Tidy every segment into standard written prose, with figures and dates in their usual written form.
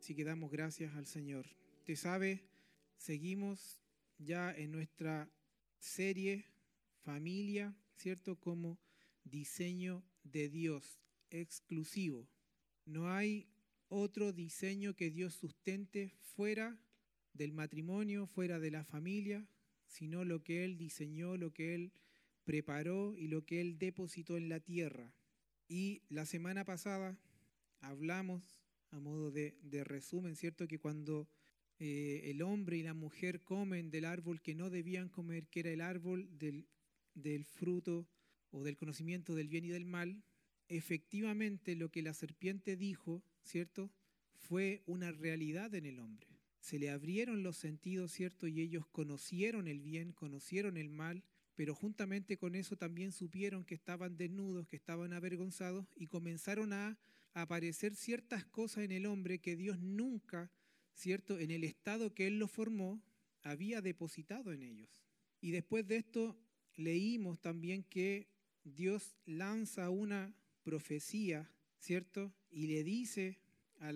Así que damos gracias al Señor. Usted sabe, seguimos ya en nuestra serie Familia, ¿cierto? Como diseño de Dios exclusivo. No hay otro diseño que Dios sustente fuera del matrimonio, fuera de la familia, sino lo que Él diseñó, lo que Él preparó y lo que Él depositó en la tierra. Y la semana pasada hablamos, a modo de resumen, ¿cierto? Que cuando el hombre y la mujer comen del árbol que no debían comer, que era el árbol del fruto o del conocimiento del bien y del mal, efectivamente lo que la serpiente dijo, ¿cierto? Fue una realidad en el hombre. Se le abrieron los sentidos, ¿cierto? Y ellos conocieron el bien, conocieron el mal, pero juntamente con eso también supieron que estaban desnudos, que estaban avergonzados y comenzaron a aparecer ciertas cosas en el hombre que Dios nunca, ¿cierto? En el estado que Él lo formó, había depositado en ellos. Y después de esto leímos también que Dios lanza una profecía, ¿cierto? Y le dice a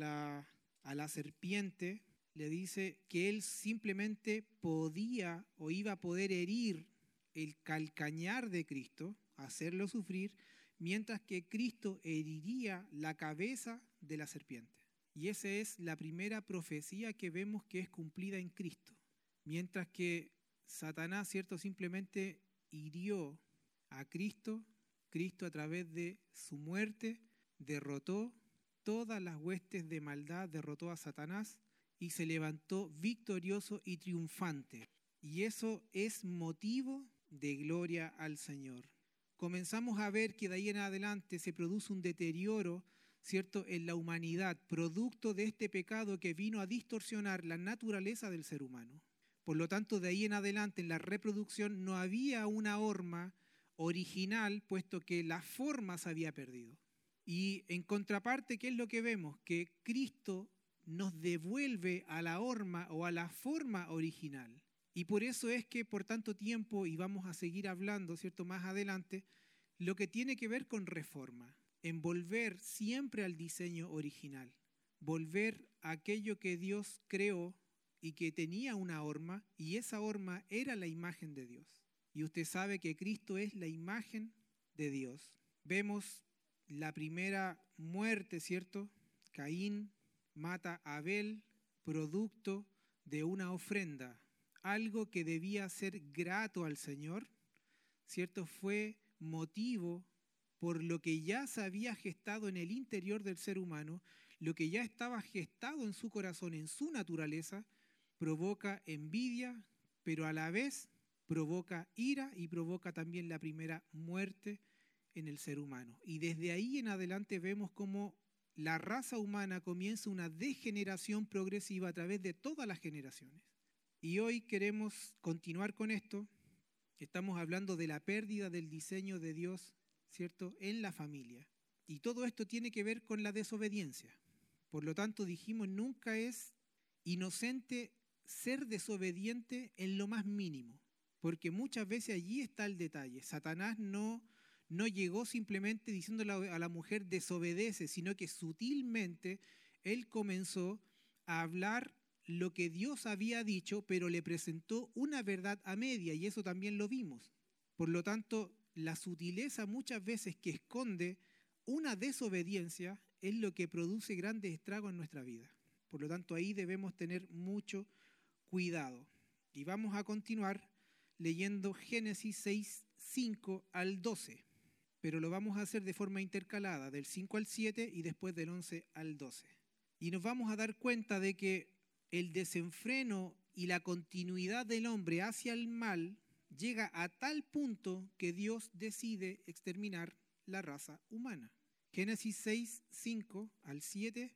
la serpiente, le dice que Él simplemente podía o iba a poder herir el calcañar de Cristo, hacerlo sufrir, mientras que Cristo heriría la cabeza de la serpiente. Y esa es la primera profecía que vemos que es cumplida en Cristo. Mientras que Satanás, ¿cierto?, simplemente hirió a Cristo, Cristo a través de su muerte derrotó todas las huestes de maldad, derrotó a Satanás y se levantó victorioso y triunfante. Y eso es motivo de gloria al Señor. Comenzamos a ver que de ahí en adelante se produce un deterioro, ¿cierto?, en la humanidad, producto de este pecado que vino a distorsionar la naturaleza del ser humano. Por lo tanto, de ahí en adelante, en la reproducción, no había una horma original, puesto que la forma se había perdido. Y en contraparte, ¿qué es lo que vemos? Que Cristo nos devuelve a la horma o a la forma original. Y por eso es que por tanto tiempo, y vamos a seguir hablando, ¿cierto?, más adelante, lo que tiene que ver con reforma, en volver siempre al diseño original, volver a aquello que Dios creó y que tenía una horma, y esa horma era la imagen de Dios. Y usted sabe que Cristo es la imagen de Dios. Vemos la primera muerte, ¿cierto? Caín mata a Abel, producto de una ofrenda. Algo que debía ser grato al Señor, ¿cierto? Fue motivo por lo que ya se había gestado en el interior del ser humano, lo que ya estaba gestado en su corazón, en su naturaleza, provoca envidia, pero a la vez provoca ira y provoca también la primera muerte en el ser humano. Y desde ahí en adelante vemos cómo la raza humana comienza una degeneración progresiva a través de todas las generaciones. Y hoy queremos continuar con esto. Estamos hablando de la pérdida del diseño de Dios, ¿cierto?, en la familia. Y todo esto tiene que ver con la desobediencia. Por lo tanto, dijimos, nunca es inocente ser desobediente en lo más mínimo, porque muchas veces allí está el detalle. Satanás no llegó simplemente diciéndole a la mujer desobedece, sino que sutilmente él comenzó a hablar lo que Dios había dicho, pero le presentó una verdad a media, y eso también lo vimos. Por lo tanto, la sutileza muchas veces que esconde una desobediencia es lo que produce grandes estragos en nuestra vida. Por lo tanto, ahí debemos tener mucho cuidado. Y vamos a continuar leyendo Génesis 6, 5 al 12, pero lo vamos a hacer de forma intercalada, del 5 al 7 y después del 11 al 12. Y nos vamos a dar cuenta de que el desenfreno y la continuidad del hombre hacia el mal llega a tal punto que Dios decide exterminar la raza humana. Génesis 6, 5 al 7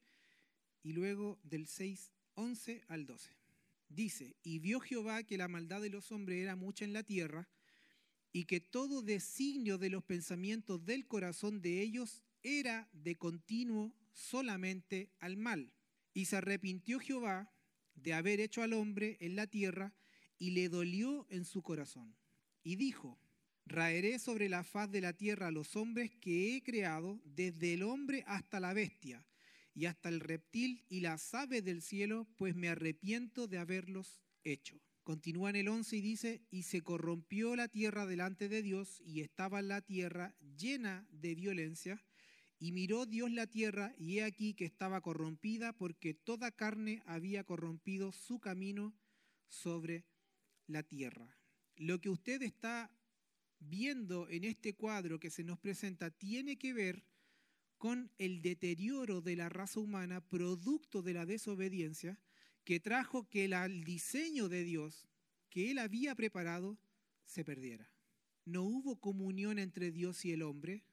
y luego del 6, 11 al 12. Dice, y vio Jehová que la maldad de los hombres era mucha en la tierra y que todo designio de los pensamientos del corazón de ellos era de continuo solamente al mal. Y se arrepintió Jehová de haber hecho al hombre en la tierra y le dolió en su corazón. Y dijo, raeré sobre la faz de la tierra a los hombres que he creado, desde el hombre hasta la bestia, y hasta el reptil y las aves del cielo, pues me arrepiento de haberlos hecho. Continúa en el 11 y dice, y se corrompió la tierra delante de Dios, y estaba la tierra llena de violencia, y miró Dios la tierra, y he aquí que estaba corrompida, porque toda carne había corrompido su camino sobre la tierra. Lo que usted está viendo en este cuadro que se nos presenta tiene que ver con el deterioro de la raza humana producto de la desobediencia que trajo que el diseño de Dios que Él había preparado se perdiera. No hubo comunión entre Dios y el hombre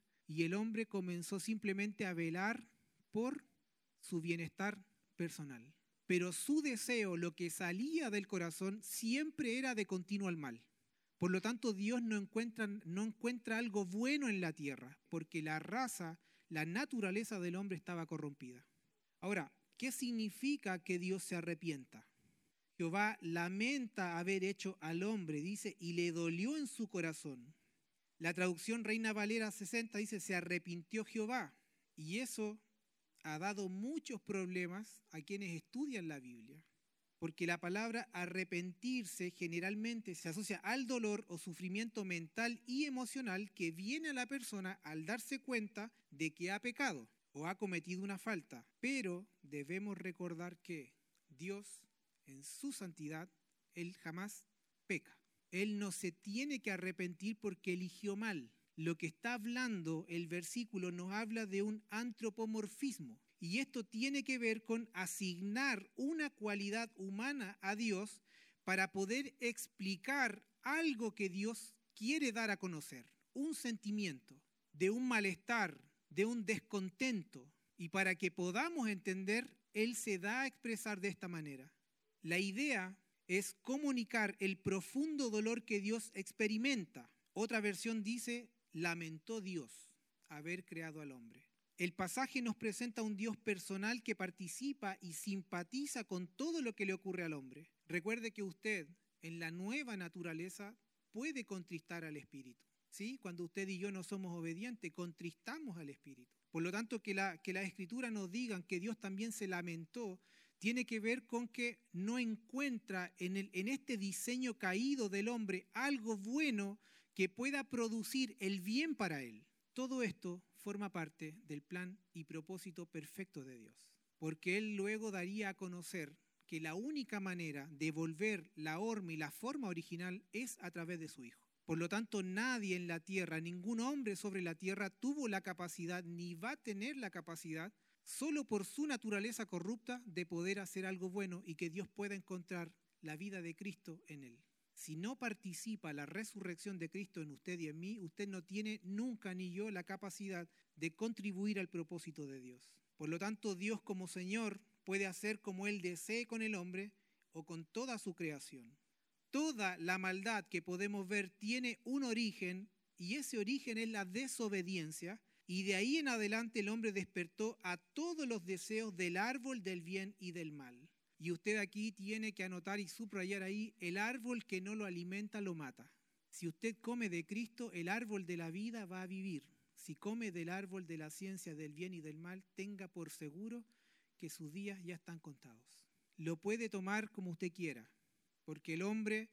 comenzó simplemente a velar por su bienestar personal. Pero su deseo, lo que salía del corazón, siempre era de continuo al mal. Por lo tanto, Dios no encuentra algo bueno en la tierra, porque la raza, la naturaleza del hombre estaba corrompida. Ahora, ¿qué significa que Dios se arrepienta? Jehová lamenta haber hecho al hombre, dice, y le dolió en su corazón. La traducción Reina Valera 60 dice, se arrepintió Jehová. Y eso ha dado muchos problemas a quienes estudian la Biblia. Porque la palabra arrepentirse generalmente se asocia al dolor o sufrimiento mental y emocional que viene a la persona al darse cuenta de que ha pecado o ha cometido una falta. Pero debemos recordar que Dios, en su santidad, Él jamás peca. Él no se tiene que arrepentir porque eligió mal. Lo que está hablando el versículo nos habla de un antropomorfismo. Y esto tiene que ver con asignar una cualidad humana a Dios para poder explicar algo que Dios quiere dar a conocer, un sentimiento de un malestar, de un descontento. Y para que podamos entender, Él se da a expresar de esta manera. La idea es comunicar el profundo dolor que Dios experimenta. Otra versión dice, lamentó Dios haber creado al hombre. El pasaje nos presenta un Dios personal que participa y simpatiza con todo lo que le ocurre al hombre. Recuerde que usted, en la nueva naturaleza, puede contristar al Espíritu. ¿Sí? Cuando usted y yo no somos obedientes, contristamos al Espíritu. Por lo tanto, que las Escrituras nos digan que Dios también se lamentó, tiene que ver con que no encuentra en este diseño caído del hombre algo bueno que pueda producir el bien para él. Todo esto forma parte del plan y propósito perfecto de Dios, porque Él luego daría a conocer que la única manera de volver la horma y la forma original es a través de su Hijo. Por lo tanto, nadie en la tierra, ningún hombre sobre la tierra tuvo la capacidad ni va a tener la capacidad, solo por su naturaleza corrupta, de poder hacer algo bueno y que Dios pueda encontrar la vida de Cristo en él. Si no participa la resurrección de Cristo en usted y en mí, usted no tiene nunca ni yo la capacidad de contribuir al propósito de Dios. Por lo tanto, Dios como Señor puede hacer como Él desee con el hombre o con toda su creación. Toda la maldad que podemos ver tiene un origen y ese origen es la desobediencia, y de ahí en adelante el hombre despertó a todos los deseos del árbol del bien y del mal. Y usted aquí tiene que anotar y subrayar ahí, el árbol que no lo alimenta lo mata. Si usted come de Cristo, el árbol de la vida va a vivir. Si come del árbol de la ciencia del bien y del mal, tenga por seguro que sus días ya están contados. Lo puede tomar como usted quiera, porque el hombre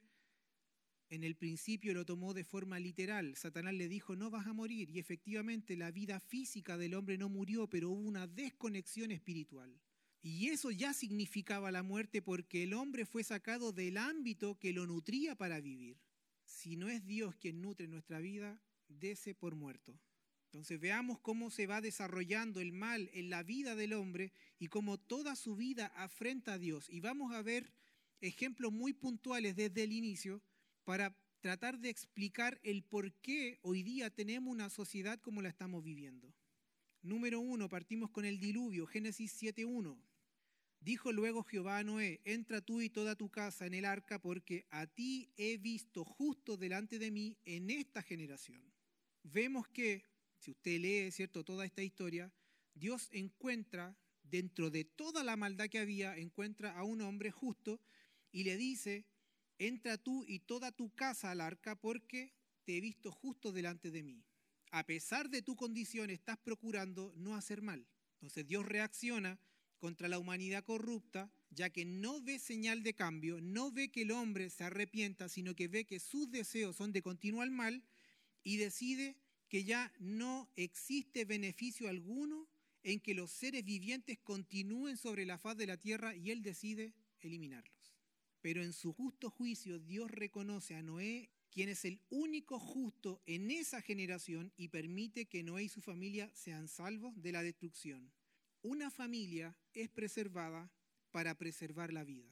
en el principio lo tomó de forma literal. Satanás le dijo, no vas a morir, y efectivamente la vida física del hombre no murió, pero hubo una desconexión espiritual. Y eso ya significaba la muerte porque el hombre fue sacado del ámbito que lo nutría para vivir. Si no es Dios quien nutre nuestra vida, dése por muerto. Entonces veamos cómo se va desarrollando el mal en la vida del hombre y cómo toda su vida afrenta a Dios. Y vamos a ver ejemplos muy puntuales desde el inicio para tratar de explicar el por qué hoy día tenemos una sociedad como la estamos viviendo. Número 1, partimos con el diluvio, Génesis 7:1. Dijo luego Jehová a Noé, entra tú y toda tu casa en el arca, porque a ti he visto justo delante de mí en esta generación. Vemos que, si usted lee, ¿cierto?, toda esta historia, Dios encuentra, dentro de toda la maldad que había, encuentra a un hombre justo y le dice, entra tú y toda tu casa al arca, porque te he visto justo delante de mí. A pesar de tu condición, estás procurando no hacer mal. Entonces Dios reacciona contra la humanidad corrupta, ya que no ve señal de cambio, no ve que el hombre se arrepienta, sino que ve que sus deseos son de continuar mal y decide que ya no existe beneficio alguno en que los seres vivientes continúen sobre la faz de la tierra y él decide eliminarlos. Pero en su justo juicio Dios reconoce a Noé, quien es el único justo en esa generación, y permite que Noé y su familia sean salvos de la destrucción. Una familia es preservada para preservar la vida.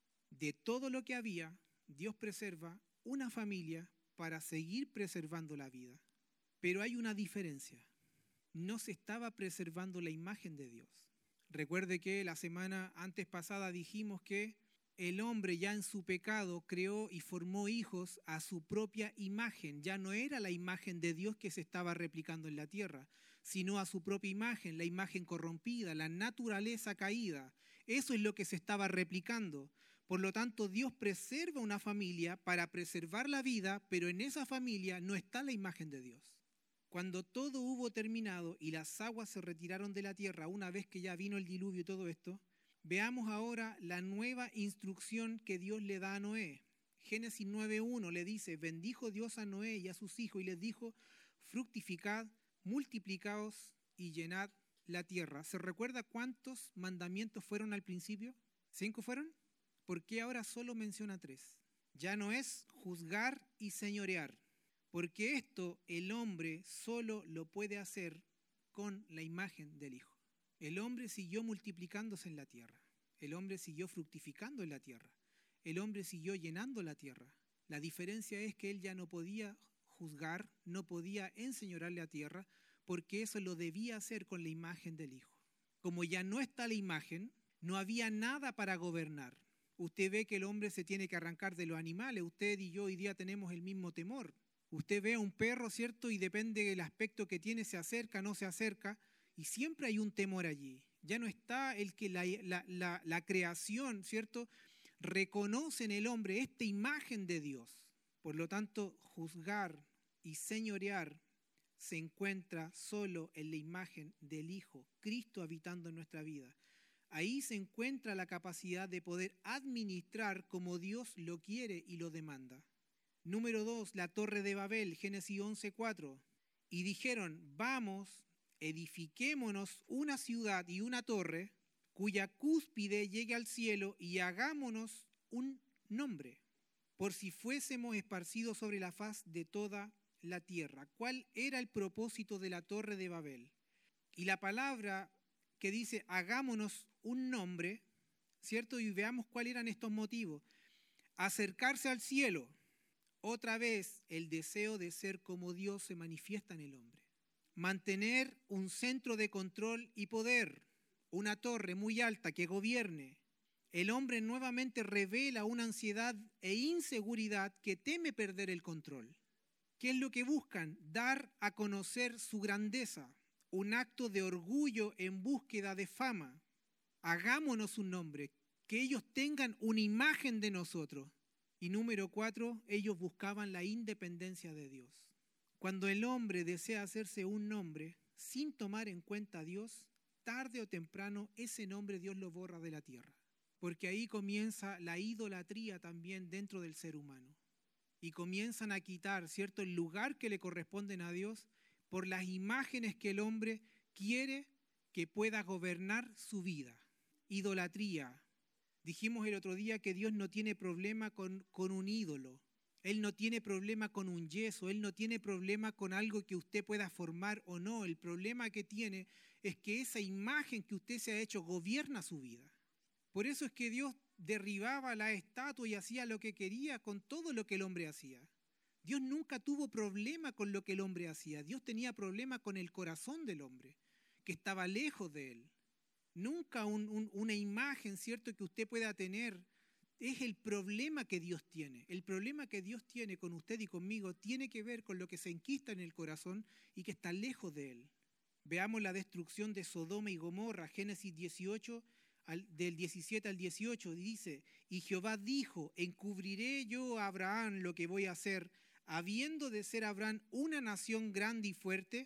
De todo lo que había, Dios preserva una familia para seguir preservando la vida. Pero hay una diferencia. No se estaba preservando la imagen de Dios. Recuerde que la semana antes pasada dijimos que el hombre ya en su pecado creó y formó hijos a su propia imagen. Ya no era la imagen de Dios que se estaba replicando en la tierra, sino a su propia imagen, la imagen corrompida, la naturaleza caída. Eso es lo que se estaba replicando. Por lo tanto, Dios preserva una familia para preservar la vida, pero en esa familia no está la imagen de Dios. Cuando todo hubo terminado y las aguas se retiraron de la tierra, una vez que ya vino el diluvio y todo esto, veamos ahora la nueva instrucción que Dios le da a Noé. Génesis 9:1 le dice: bendijo Dios a Noé y a sus hijos y les dijo: fructificad, multiplicaos y llenad la tierra. ¿Se recuerda cuántos mandamientos fueron al principio? ¿5 fueron? ¿Por qué ahora solo menciona 3? Ya no es juzgar y señorear, porque esto el hombre solo lo puede hacer con la imagen del Hijo. El hombre siguió multiplicándose en la tierra. El hombre siguió fructificando en la tierra. El hombre siguió llenando la tierra. La diferencia es que él ya no podía juzgar, no podía enseñorear la tierra, porque eso lo debía hacer con la imagen del Hijo. Como ya no está la imagen, no había nada para gobernar. Usted ve que el hombre se tiene que arrancar de los animales. Usted y yo hoy día tenemos el mismo temor. Usted ve a un perro, ¿cierto? Y depende del aspecto que tiene, se acerca, no se acerca. Y siempre hay un temor allí. Ya no está el que la creación, ¿cierto?, reconoce en el hombre esta imagen de Dios. Por lo tanto, juzgar y señorear se encuentra solo en la imagen del Hijo, Cristo habitando en nuestra vida. Ahí se encuentra la capacidad de poder administrar como Dios lo quiere y lo demanda. Número 2, la Torre de Babel, Génesis 11:4. Y dijeron: vamos, edifiquémonos una ciudad y una torre cuya cúspide llegue al cielo y hagámonos un nombre, por si fuésemos esparcidos sobre la faz de toda la tierra. ¿Cuál era el propósito de la Torre de Babel? Y la palabra que dice hagámonos un nombre, ¿cierto? Y veamos cuáles eran estos motivos. Acercarse al cielo. Otra vez, el deseo de ser como Dios se manifiesta en el hombre. Mantener un centro de control y poder, una torre muy alta que gobierne. El hombre nuevamente revela una ansiedad e inseguridad que teme perder el control. ¿Qué es lo que buscan? Dar a conocer su grandeza, un acto de orgullo en búsqueda de fama. Hagámonos un nombre, que ellos tengan una imagen de nosotros. Y número 4, ellos buscaban la independencia de Dios. Cuando el hombre desea hacerse un nombre sin tomar en cuenta a Dios, tarde o temprano ese nombre Dios lo borra de la tierra. Porque ahí comienza la idolatría también dentro del ser humano. Y comienzan a quitar, ¿cierto?, el lugar que le corresponden a Dios por las imágenes que el hombre quiere que pueda gobernar su vida. Idolatría. Dijimos el otro día que Dios no tiene problema con un ídolo. Él no tiene problema con un yeso. Él no tiene problema con algo que usted pueda formar o no. El problema que tiene es que esa imagen que usted se ha hecho gobierna su vida. Por eso es que Dios derribaba la estatua y hacía lo que quería con todo lo que el hombre hacía. Dios nunca tuvo problema con lo que el hombre hacía. Dios tenía problema con el corazón del hombre, que estaba lejos de él. Nunca una imagen, ¿cierto?, que usted pueda tener. Es el problema que Dios tiene. El problema que Dios tiene con usted y conmigo tiene que ver con lo que se enquista en el corazón y que está lejos de él. Veamos la destrucción de Sodoma y Gomorra, Génesis 18, del 17 al 18, dice: y Jehová dijo: encubriré yo a Abraham lo que voy a hacer, habiendo de ser Abraham una nación grande y fuerte,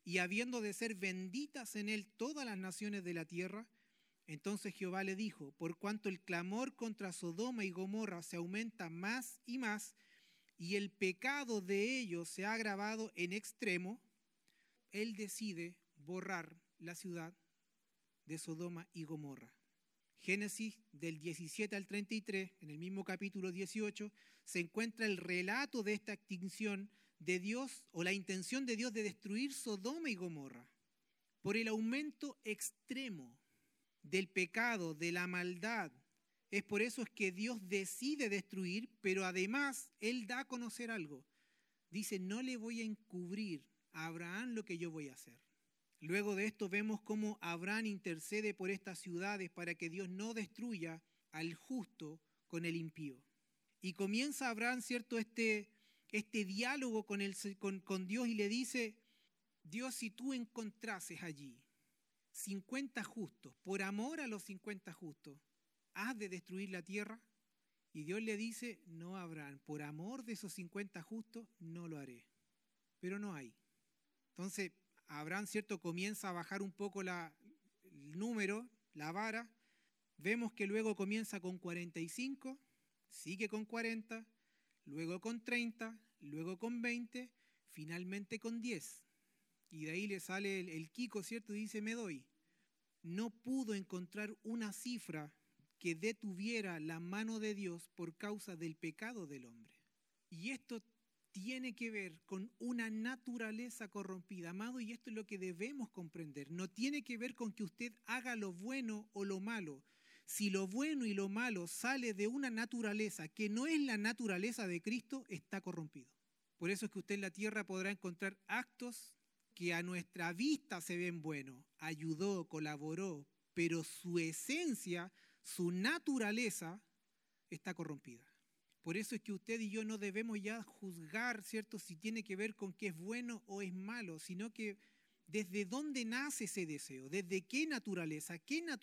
y habiendo de ser benditas en él todas las naciones de la tierra. Entonces Jehová le dijo: por cuanto el clamor contra Sodoma y Gomorra se aumenta más y más, y el pecado de ellos se ha agravado en extremo, él decide borrar la ciudad de Sodoma y Gomorra. Génesis del 17 al 33, en el mismo capítulo 18, se encuentra el relato de esta extinción de Dios, o la intención de Dios de destruir Sodoma y Gomorra por el aumento extremo del pecado, de la maldad. Es por eso es que Dios decide destruir, pero además Él da a conocer algo. Dice: no le voy a encubrir a Abraham lo que yo voy a hacer. Luego de esto vemos cómo Abraham intercede por estas ciudades para que Dios no destruya al justo con el impío. Y comienza Abraham, ¿cierto?, este diálogo con Dios, y le dice: Dios, si tú encontrases allí 50 justos, por amor a los 50 justos, ¿has de destruir la tierra? Y Dios le dice: no, Abraham, por amor de esos 50 justos no lo haré. Pero no hay. Entonces Abraham, ¿cierto?, comienza a bajar un poco el número, la vara. Vemos que luego comienza con 45, sigue con 40, luego con 30, luego con 20, finalmente con 10. Y de ahí le sale el Kiko, ¿cierto? Y dice: me doy. No pudo encontrar una cifra que detuviera la mano de Dios por causa del pecado del hombre. Y esto tiene que ver con una naturaleza corrompida, amado, y esto es lo que debemos comprender. No tiene que ver con que usted haga lo bueno o lo malo. Si lo bueno y lo malo sale de una naturaleza que no es la naturaleza de Cristo, está corrompido. Por eso es que usted en la tierra podrá encontrar actos que a nuestra vista se ven buenos, ayudó, colaboró, pero su esencia, su naturaleza está corrompida. Por eso es que usted y yo no debemos ya juzgar, ¿cierto?, si tiene que ver con qué es bueno o es malo, sino que desde dónde nace ese deseo, desde qué naturaleza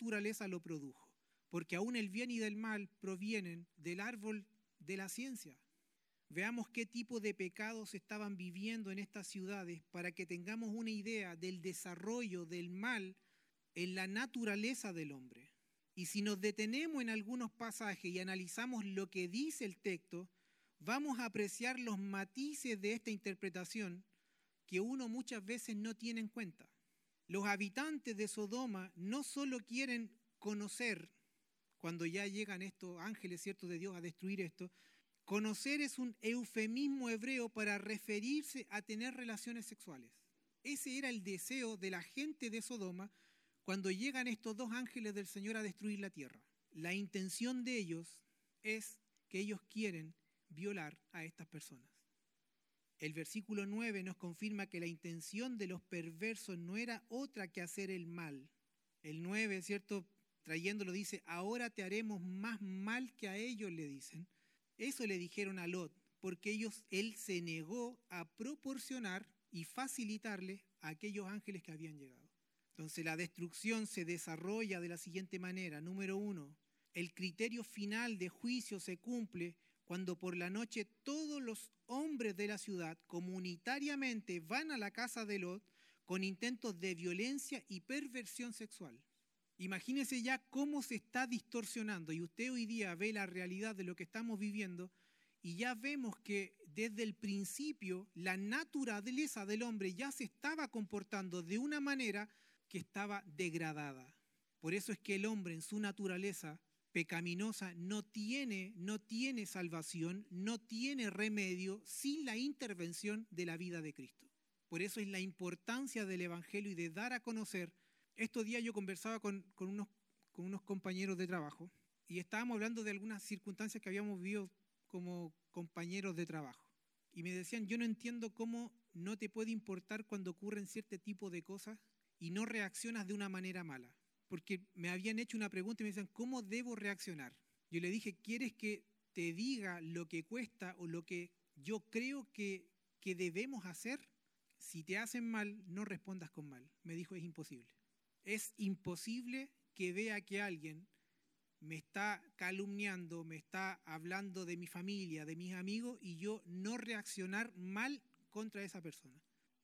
lo produjo. Porque aún el bien y el mal provienen del árbol de la ciencia. Veamos qué tipo de pecados estaban viviendo en estas ciudades para que tengamos una idea del desarrollo del mal en la naturaleza del hombre. Y si nos detenemos en algunos pasajes y analizamos lo que dice el texto, vamos a apreciar los matices de esta interpretación que uno muchas veces no tiene en cuenta. Los habitantes de Sodoma no solo quieren conocer, cuando ya llegan estos ángeles, ¿cierto?, de Dios a destruir esto. Conocer es un eufemismo hebreo para referirse a tener relaciones sexuales. Ese era el deseo de la gente de Sodoma cuando llegan estos dos ángeles del Señor a destruir la tierra. La intención de ellos es que ellos quieren violar a estas personas. El versículo 9 nos confirma que la intención de los perversos no era otra que hacer el mal. El 9, ¿cierto?, trayéndolo, dice: ahora te haremos más mal que a ellos, le dicen. Eso le dijeron a Lot, porque él se negó a proporcionar y facilitarle a aquellos ángeles que habían llegado. Entonces la destrucción se desarrolla de la siguiente manera. Número 1, el criterio final de juicio se cumple cuando por la noche todos los hombres de la ciudad comunitariamente van a la casa de Lot con intentos de violencia y perversión sexual. Imagínese ya cómo se está distorsionando, y usted hoy día ve la realidad de lo que estamos viviendo y ya vemos que desde el principio la naturaleza del hombre ya se estaba comportando de una manera que estaba degradada. Por eso es que el hombre en su naturaleza pecaminosa no tiene salvación, no tiene remedio sin la intervención de la vida de Cristo. Por eso es la importancia del Evangelio y de dar a conocer. Estos días yo conversaba con unos compañeros de trabajo y estábamos hablando de algunas circunstancias que habíamos vivido como compañeros de trabajo. Y me decían: yo no entiendo cómo no te puede importar cuando ocurren cierto tipo de cosas y no reaccionas de una manera mala. Porque me habían hecho una pregunta y me decían: ¿cómo debo reaccionar? Yo le dije: ¿quieres que te diga lo que cuesta o lo que yo creo que debemos hacer? Si te hacen mal, no respondas con mal. Me dijo: es imposible. Es imposible que vea que alguien me está calumniando, me está hablando de mi familia, de mis amigos, y yo no reaccionar mal contra esa persona.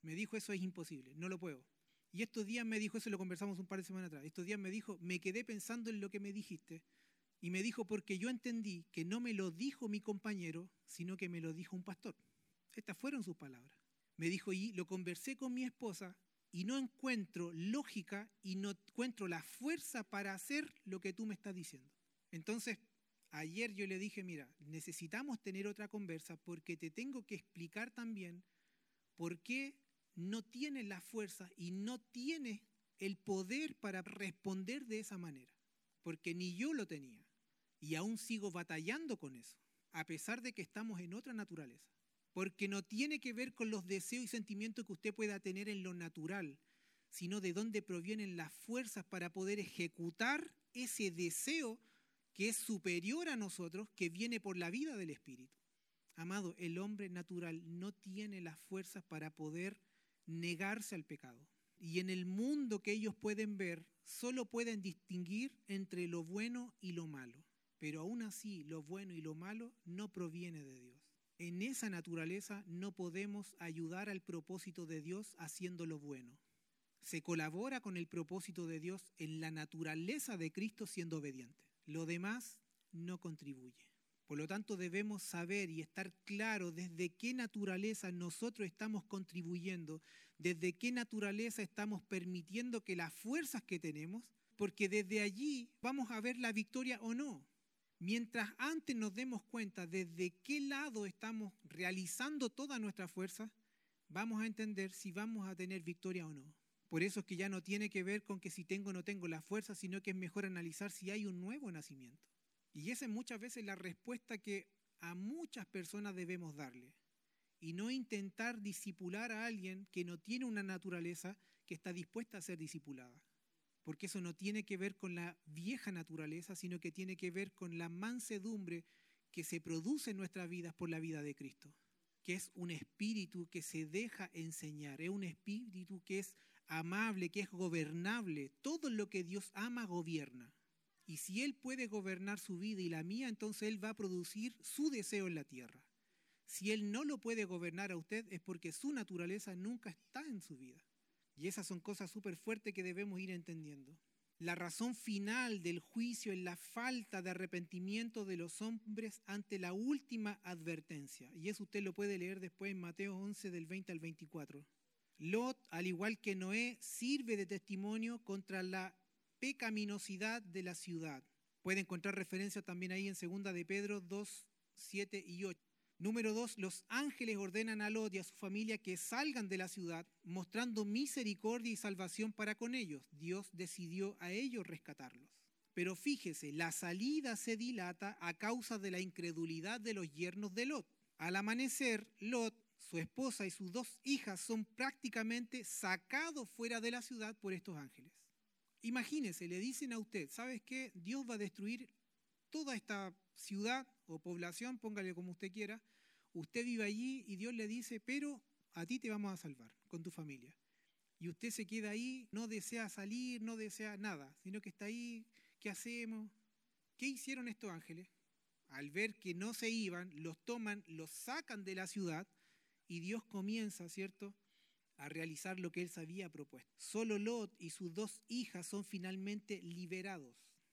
Me dijo, eso es imposible, no lo puedo. Y estos días me dijo, eso lo conversamos un par de semanas atrás, estos días me dijo, me quedé pensando en lo que me dijiste, y me dijo, porque yo entendí que no me lo dijo mi compañero, sino que me lo dijo un pastor. Estas fueron sus palabras. Me dijo, y lo conversé con mi esposa, y no encuentro lógica y no encuentro la fuerza para hacer lo que tú me estás diciendo. Entonces, ayer yo le dije, mira, necesitamos tener otra conversa porque te tengo que explicar también por qué no tienes la fuerza y no tienes el poder para responder de esa manera. Porque ni yo lo tenía y aún sigo batallando con eso, a pesar de que estamos en otra naturaleza. Porque no tiene que ver con los deseos y sentimientos que usted pueda tener en lo natural, sino de dónde provienen las fuerzas para poder ejecutar ese deseo que es superior a nosotros, que viene por la vida del Espíritu. Amado, el hombre natural no tiene las fuerzas para poder negarse al pecado. Y en el mundo que ellos pueden ver, solo pueden distinguir entre lo bueno y lo malo. Pero aún así, lo bueno y lo malo no proviene de Dios. En esa naturaleza no podemos ayudar al propósito de Dios haciendo lo bueno. Se colabora con el propósito de Dios en la naturaleza de Cristo siendo obediente. Lo demás no contribuye. Por lo tanto, debemos saber y estar claros desde qué naturaleza nosotros estamos contribuyendo, desde qué naturaleza estamos permitiendo que las fuerzas que tenemos, porque desde allí vamos a ver la victoria o no. Mientras antes nos demos cuenta desde qué lado estamos realizando toda nuestra fuerza, vamos a entender si vamos a tener victoria o no. Por eso es que ya no tiene que ver con que si tengo o no tengo la fuerza, sino que es mejor analizar si hay un nuevo nacimiento. Y esa es muchas veces la respuesta que a muchas personas debemos darle. Y no intentar disipular a alguien que no tiene una naturaleza que está dispuesta a ser discipulada. Porque eso no tiene que ver con la vieja naturaleza, sino que tiene que ver con la mansedumbre que se produce en nuestras vidas por la vida de Cristo, que es un espíritu que se deja enseñar, es un espíritu que es amable, que es gobernable. Todo lo que Dios ama gobierna. Y si Él puede gobernar su vida y la mía, entonces Él va a producir su deseo en la tierra. Si Él no lo puede gobernar a usted, es porque su naturaleza nunca está en su vida. Y esas son cosas súper fuertes que debemos ir entendiendo. La razón final del juicio es la falta de arrepentimiento de los hombres ante la última advertencia. Y eso usted lo puede leer después en Mateo 11, del 20 al 24. Lot, al igual que Noé, sirve de testimonio contra la pecaminosidad de la ciudad. Puede encontrar referencia también ahí en 2 de Pedro 2, 7 y 8. Número 2, los ángeles ordenan a Lot y a su familia que salgan de la ciudad, mostrando misericordia y salvación para con ellos. Dios decidió a ellos rescatarlos. Pero fíjese, la salida se dilata a causa de la incredulidad de los yernos de Lot. Al amanecer, Lot, su esposa y sus 2 hijas son prácticamente sacados fuera de la ciudad por estos ángeles. Imagínese, le dicen a usted, ¿sabes qué? Dios va a destruir toda esta ciudad o población, póngale como usted quiera, usted vive allí y Dios le dice, pero a ti te vamos a salvar con tu familia. Y usted se queda ahí, no desea salir, no desea nada, sino que está ahí, ¿qué hacemos? ¿Qué hicieron estos ángeles? Al ver que no se iban, los toman, los sacan de la ciudad y Dios comienza, ¿cierto?, a realizar lo que él se había propuesto. Solo Lot y sus 2 hijas son finalmente liberados.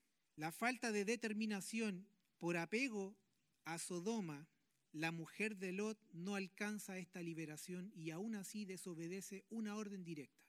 La falta de determinación por apego a Sodoma, la mujer de Lot no alcanza esta liberación y aún así desobedece una orden directa.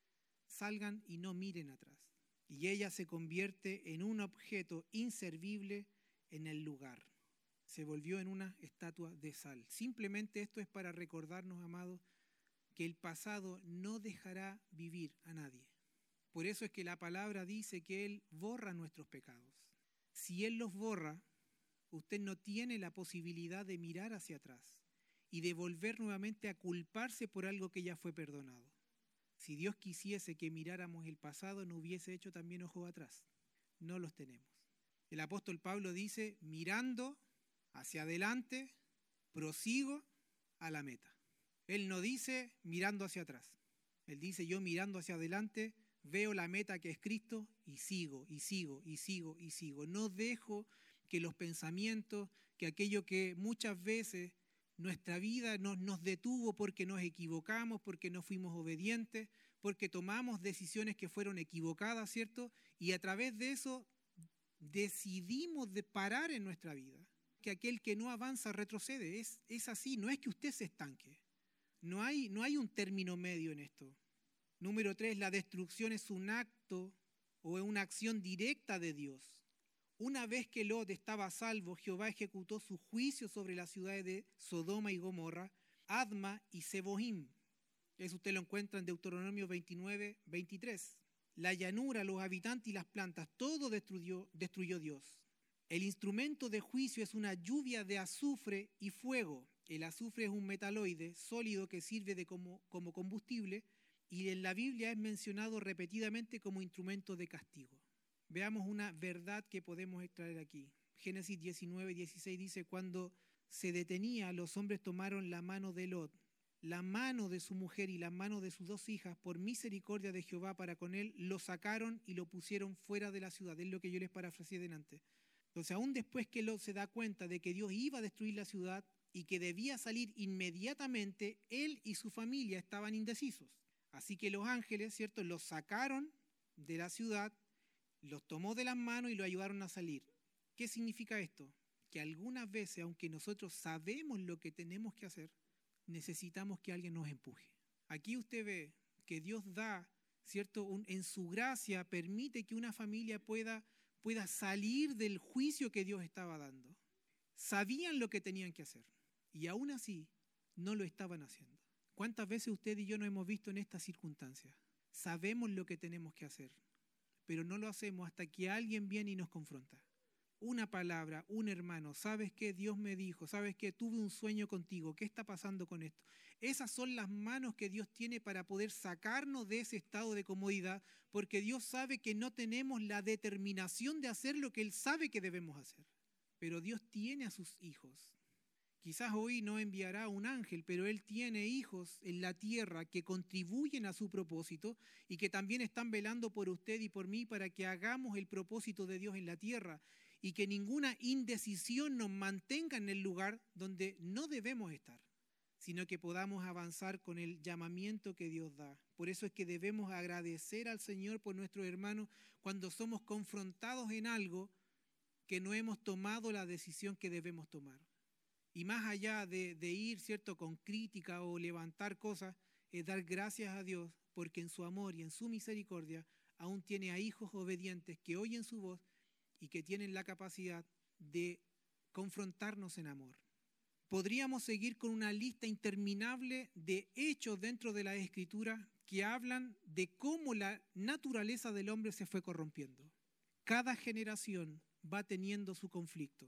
Salgan y no miren atrás. Y ella se convierte en un objeto inservible en el lugar. Se volvió en una estatua de sal. Simplemente esto es para recordarnos, amados, que el pasado no dejará vivir a nadie. Por eso es que la palabra dice que Él borra nuestros pecados. Si Él los borra, usted no tiene la posibilidad de mirar hacia atrás y de volver nuevamente a culparse por algo que ya fue perdonado. Si Dios quisiese que miráramos el pasado, no hubiese hecho también ojos atrás. No los tenemos. El apóstol Pablo dice, mirando hacia adelante, prosigo a la meta. Él no dice mirando hacia atrás. Él dice, yo mirando hacia adelante, veo la meta que es Cristo y sigo, y sigo, y sigo, y sigo. No dejo que los pensamientos, que aquello que muchas veces nuestra vida nos detuvo porque nos equivocamos, porque no fuimos obedientes, porque tomamos decisiones que fueron equivocadas, ¿cierto? Y a través de eso decidimos de parar en nuestra vida. Que aquel que no avanza retrocede, es así, no es que usted se estanque. No hay un término medio en esto. Número 3, la destrucción es un acto o es una acción directa de Dios. Una vez que Lot estaba a salvo, Jehová ejecutó su juicio sobre las ciudades de Sodoma y Gomorra, Adma y Seboim. Eso usted lo encuentra en Deuteronomio 29, 23. La llanura, los habitantes y las plantas, todo destruyó Dios. El instrumento de juicio es una lluvia de azufre y fuego. El azufre es un metaloide sólido que sirve como combustible y en la Biblia es mencionado repetidamente como instrumento de castigo. Veamos una verdad que podemos extraer aquí. Génesis 19, 16 dice, cuando se detenía, los hombres tomaron la mano de Lot, la mano de su mujer y la mano de sus 2 hijas, por misericordia de Jehová para con él, lo sacaron y lo pusieron fuera de la ciudad. Es lo que yo les parafraseé delante. Entonces, aún después que Lot se da cuenta de que Dios iba a destruir la ciudad y que debía salir inmediatamente, él y su familia estaban indecisos. Así que los ángeles, ¿cierto?, los sacaron de la ciudad, los tomó de las manos y lo ayudaron a salir. ¿Qué significa esto? Que algunas veces, aunque nosotros sabemos lo que tenemos que hacer, necesitamos que alguien nos empuje. Aquí usted ve que Dios da, ¿cierto?, en su gracia permite que una familia pueda salir del juicio que Dios estaba dando. Sabían lo que tenían que hacer y aún así no lo estaban haciendo. ¿Cuántas veces usted y yo nos hemos visto en estas circunstancias? Sabemos lo que tenemos que hacer, pero no lo hacemos hasta que alguien viene y nos confronta. Una palabra, un hermano, ¿sabes qué? Dios me dijo, ¿sabes qué? Tuve un sueño contigo, ¿qué está pasando con esto? Esas son las manos que Dios tiene para poder sacarnos de ese estado de comodidad, porque Dios sabe que no tenemos la determinación de hacer lo que Él sabe que debemos hacer. Pero Dios tiene a sus hijos. Quizás hoy no enviará un ángel, pero Él tiene hijos en la tierra que contribuyen a su propósito y que también están velando por usted y por mí para que hagamos el propósito de Dios en la tierra y que ninguna indecisión nos mantenga en el lugar donde no debemos estar, sino que podamos avanzar con el llamamiento que Dios da. Por eso es que debemos agradecer al Señor por nuestros hermanos cuando somos confrontados en algo que no hemos tomado la decisión que debemos tomar. Y más allá de ir, ¿cierto?, con crítica o levantar cosas, es dar gracias a Dios porque en su amor y en su misericordia aún tiene a hijos obedientes que oyen su voz y que tienen la capacidad de confrontarnos en amor. Podríamos seguir con una lista interminable de hechos dentro de la Escritura que hablan de cómo la naturaleza del hombre se fue corrompiendo. Cada generación va teniendo su conflicto.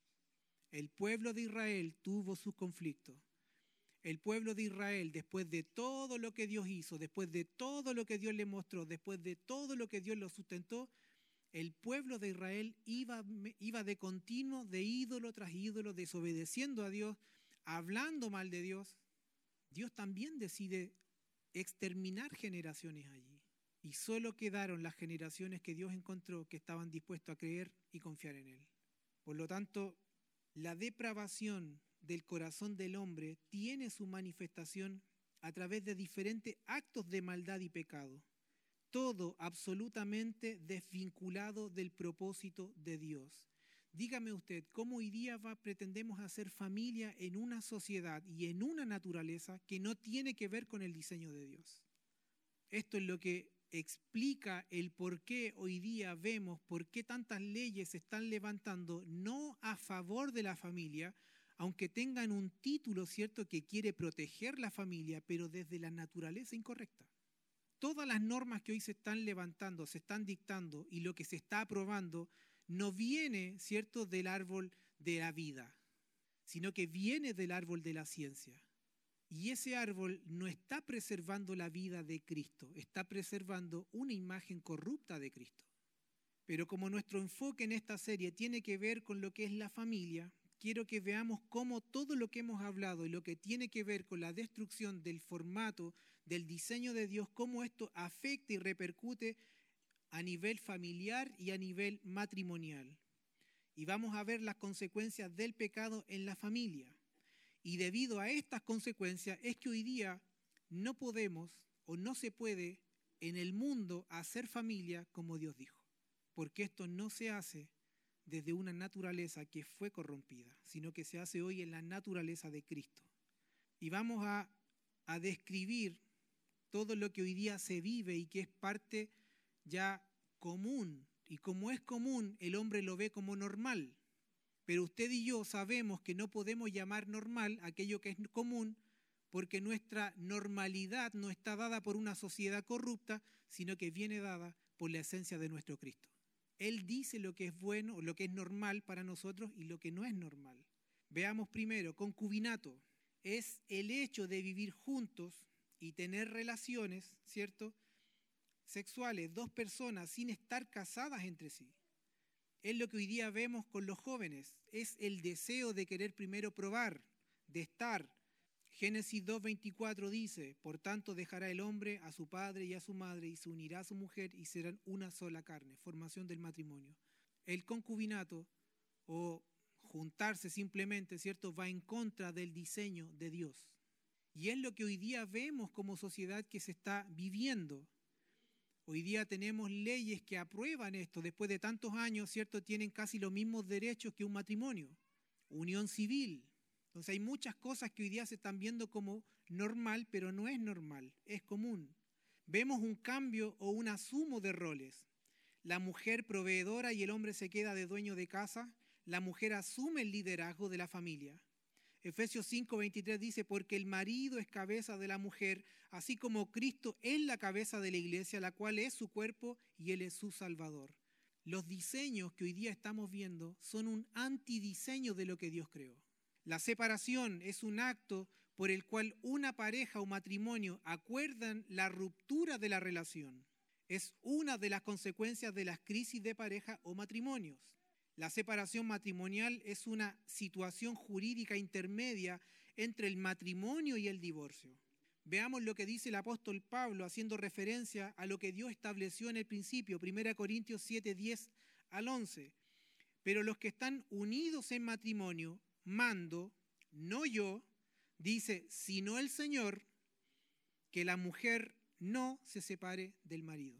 El pueblo de Israel tuvo sus conflictos. El pueblo de Israel, después de todo lo que Dios hizo, después de todo lo que Dios le mostró, después de todo lo que Dios lo sustentó, el pueblo de Israel iba de continuo, de ídolo tras ídolo, desobedeciendo a Dios, hablando mal de Dios. Dios también decide exterminar generaciones allí. Y solo quedaron las generaciones que Dios encontró que estaban dispuestos a creer y confiar en Él. Por lo tanto, la depravación del corazón del hombre tiene su manifestación a través de diferentes actos de maldad y pecado. Todo absolutamente desvinculado del propósito de Dios. Dígame usted, ¿cómo hoy día pretendemos hacer familia en una sociedad y en una naturaleza que no tiene que ver con el diseño de Dios? Esto es lo que explica el por qué hoy día vemos por qué tantas leyes se están levantando no a favor de la familia, aunque tengan un título, ¿cierto?, que quiere proteger la familia, pero desde la naturaleza incorrecta. Todas las normas que hoy se están levantando, se están dictando y lo que se está aprobando no viene, ¿cierto?, del árbol de la vida, sino que viene del árbol de la ciencia. Y ese árbol no está preservando la vida de Cristo, está preservando una imagen corrupta de Cristo. Pero como nuestro enfoque en esta serie tiene que ver con lo que es la familia, quiero que veamos cómo todo lo que hemos hablado y lo que tiene que ver con la destrucción del formato, del diseño de Dios, cómo esto afecta y repercute a nivel familiar y a nivel matrimonial. Y vamos a ver las consecuencias del pecado en la familia. Y debido a estas consecuencias es que hoy día no podemos o no se puede en el mundo hacer familia como Dios dijo, porque esto no se hace desde una naturaleza que fue corrompida, sino que se hace hoy en la naturaleza de Cristo. Y vamos a describir todo lo que hoy día se vive y que es parte ya común. Y como es común, el hombre lo ve como normal. Pero usted y yo sabemos que no podemos llamar normal aquello que es común, porque nuestra normalidad no está dada por una sociedad corrupta, sino que viene dada por la esencia de nuestro Cristo. Él dice lo que es bueno, lo que es normal para nosotros y lo que no es normal. Veamos primero, concubinato. Es el hecho de vivir juntos y tener relaciones, ¿cierto?, sexuales, dos personas sin estar casadas entre sí. Es lo que hoy día vemos con los jóvenes. Es el deseo de querer primero probar, de estar. Génesis 2:24 dice, por tanto dejará el hombre a su padre y a su madre y se unirá a su mujer y serán una sola carne. Formación del matrimonio. El concubinato o juntarse simplemente, ¿cierto?, va en contra del diseño de Dios. Y es lo que hoy día vemos como sociedad que se está viviendo. Hoy día tenemos leyes que aprueban esto. Después de tantos años, ¿cierto?, tienen casi los mismos derechos que un matrimonio. Unión civil. Entonces hay muchas cosas que hoy día se están viendo como normal, pero no es normal, es común. Vemos un cambio o un asumo de roles. La mujer proveedora y el hombre se queda de dueño de casa. La mujer asume el liderazgo de la familia. Efesios 5:23 dice, porque el marido es cabeza de la mujer, así como Cristo es la cabeza de la iglesia, la cual es su cuerpo y Él es su Salvador. Los diseños que hoy día estamos viendo son un antidiseño de lo que Dios creó. La separación es un acto por el cual una pareja o matrimonio acuerdan la ruptura de la relación. Es una de las consecuencias de las crisis de pareja o matrimonios. La separación matrimonial es una situación jurídica intermedia entre el matrimonio y el divorcio. Veamos lo que dice el apóstol Pablo haciendo referencia a lo que Dios estableció en el principio, 1 Corintios 7:10 al 11. Pero los que están unidos en matrimonio, mando, no yo, dice, sino el Señor, que la mujer no se separe del marido.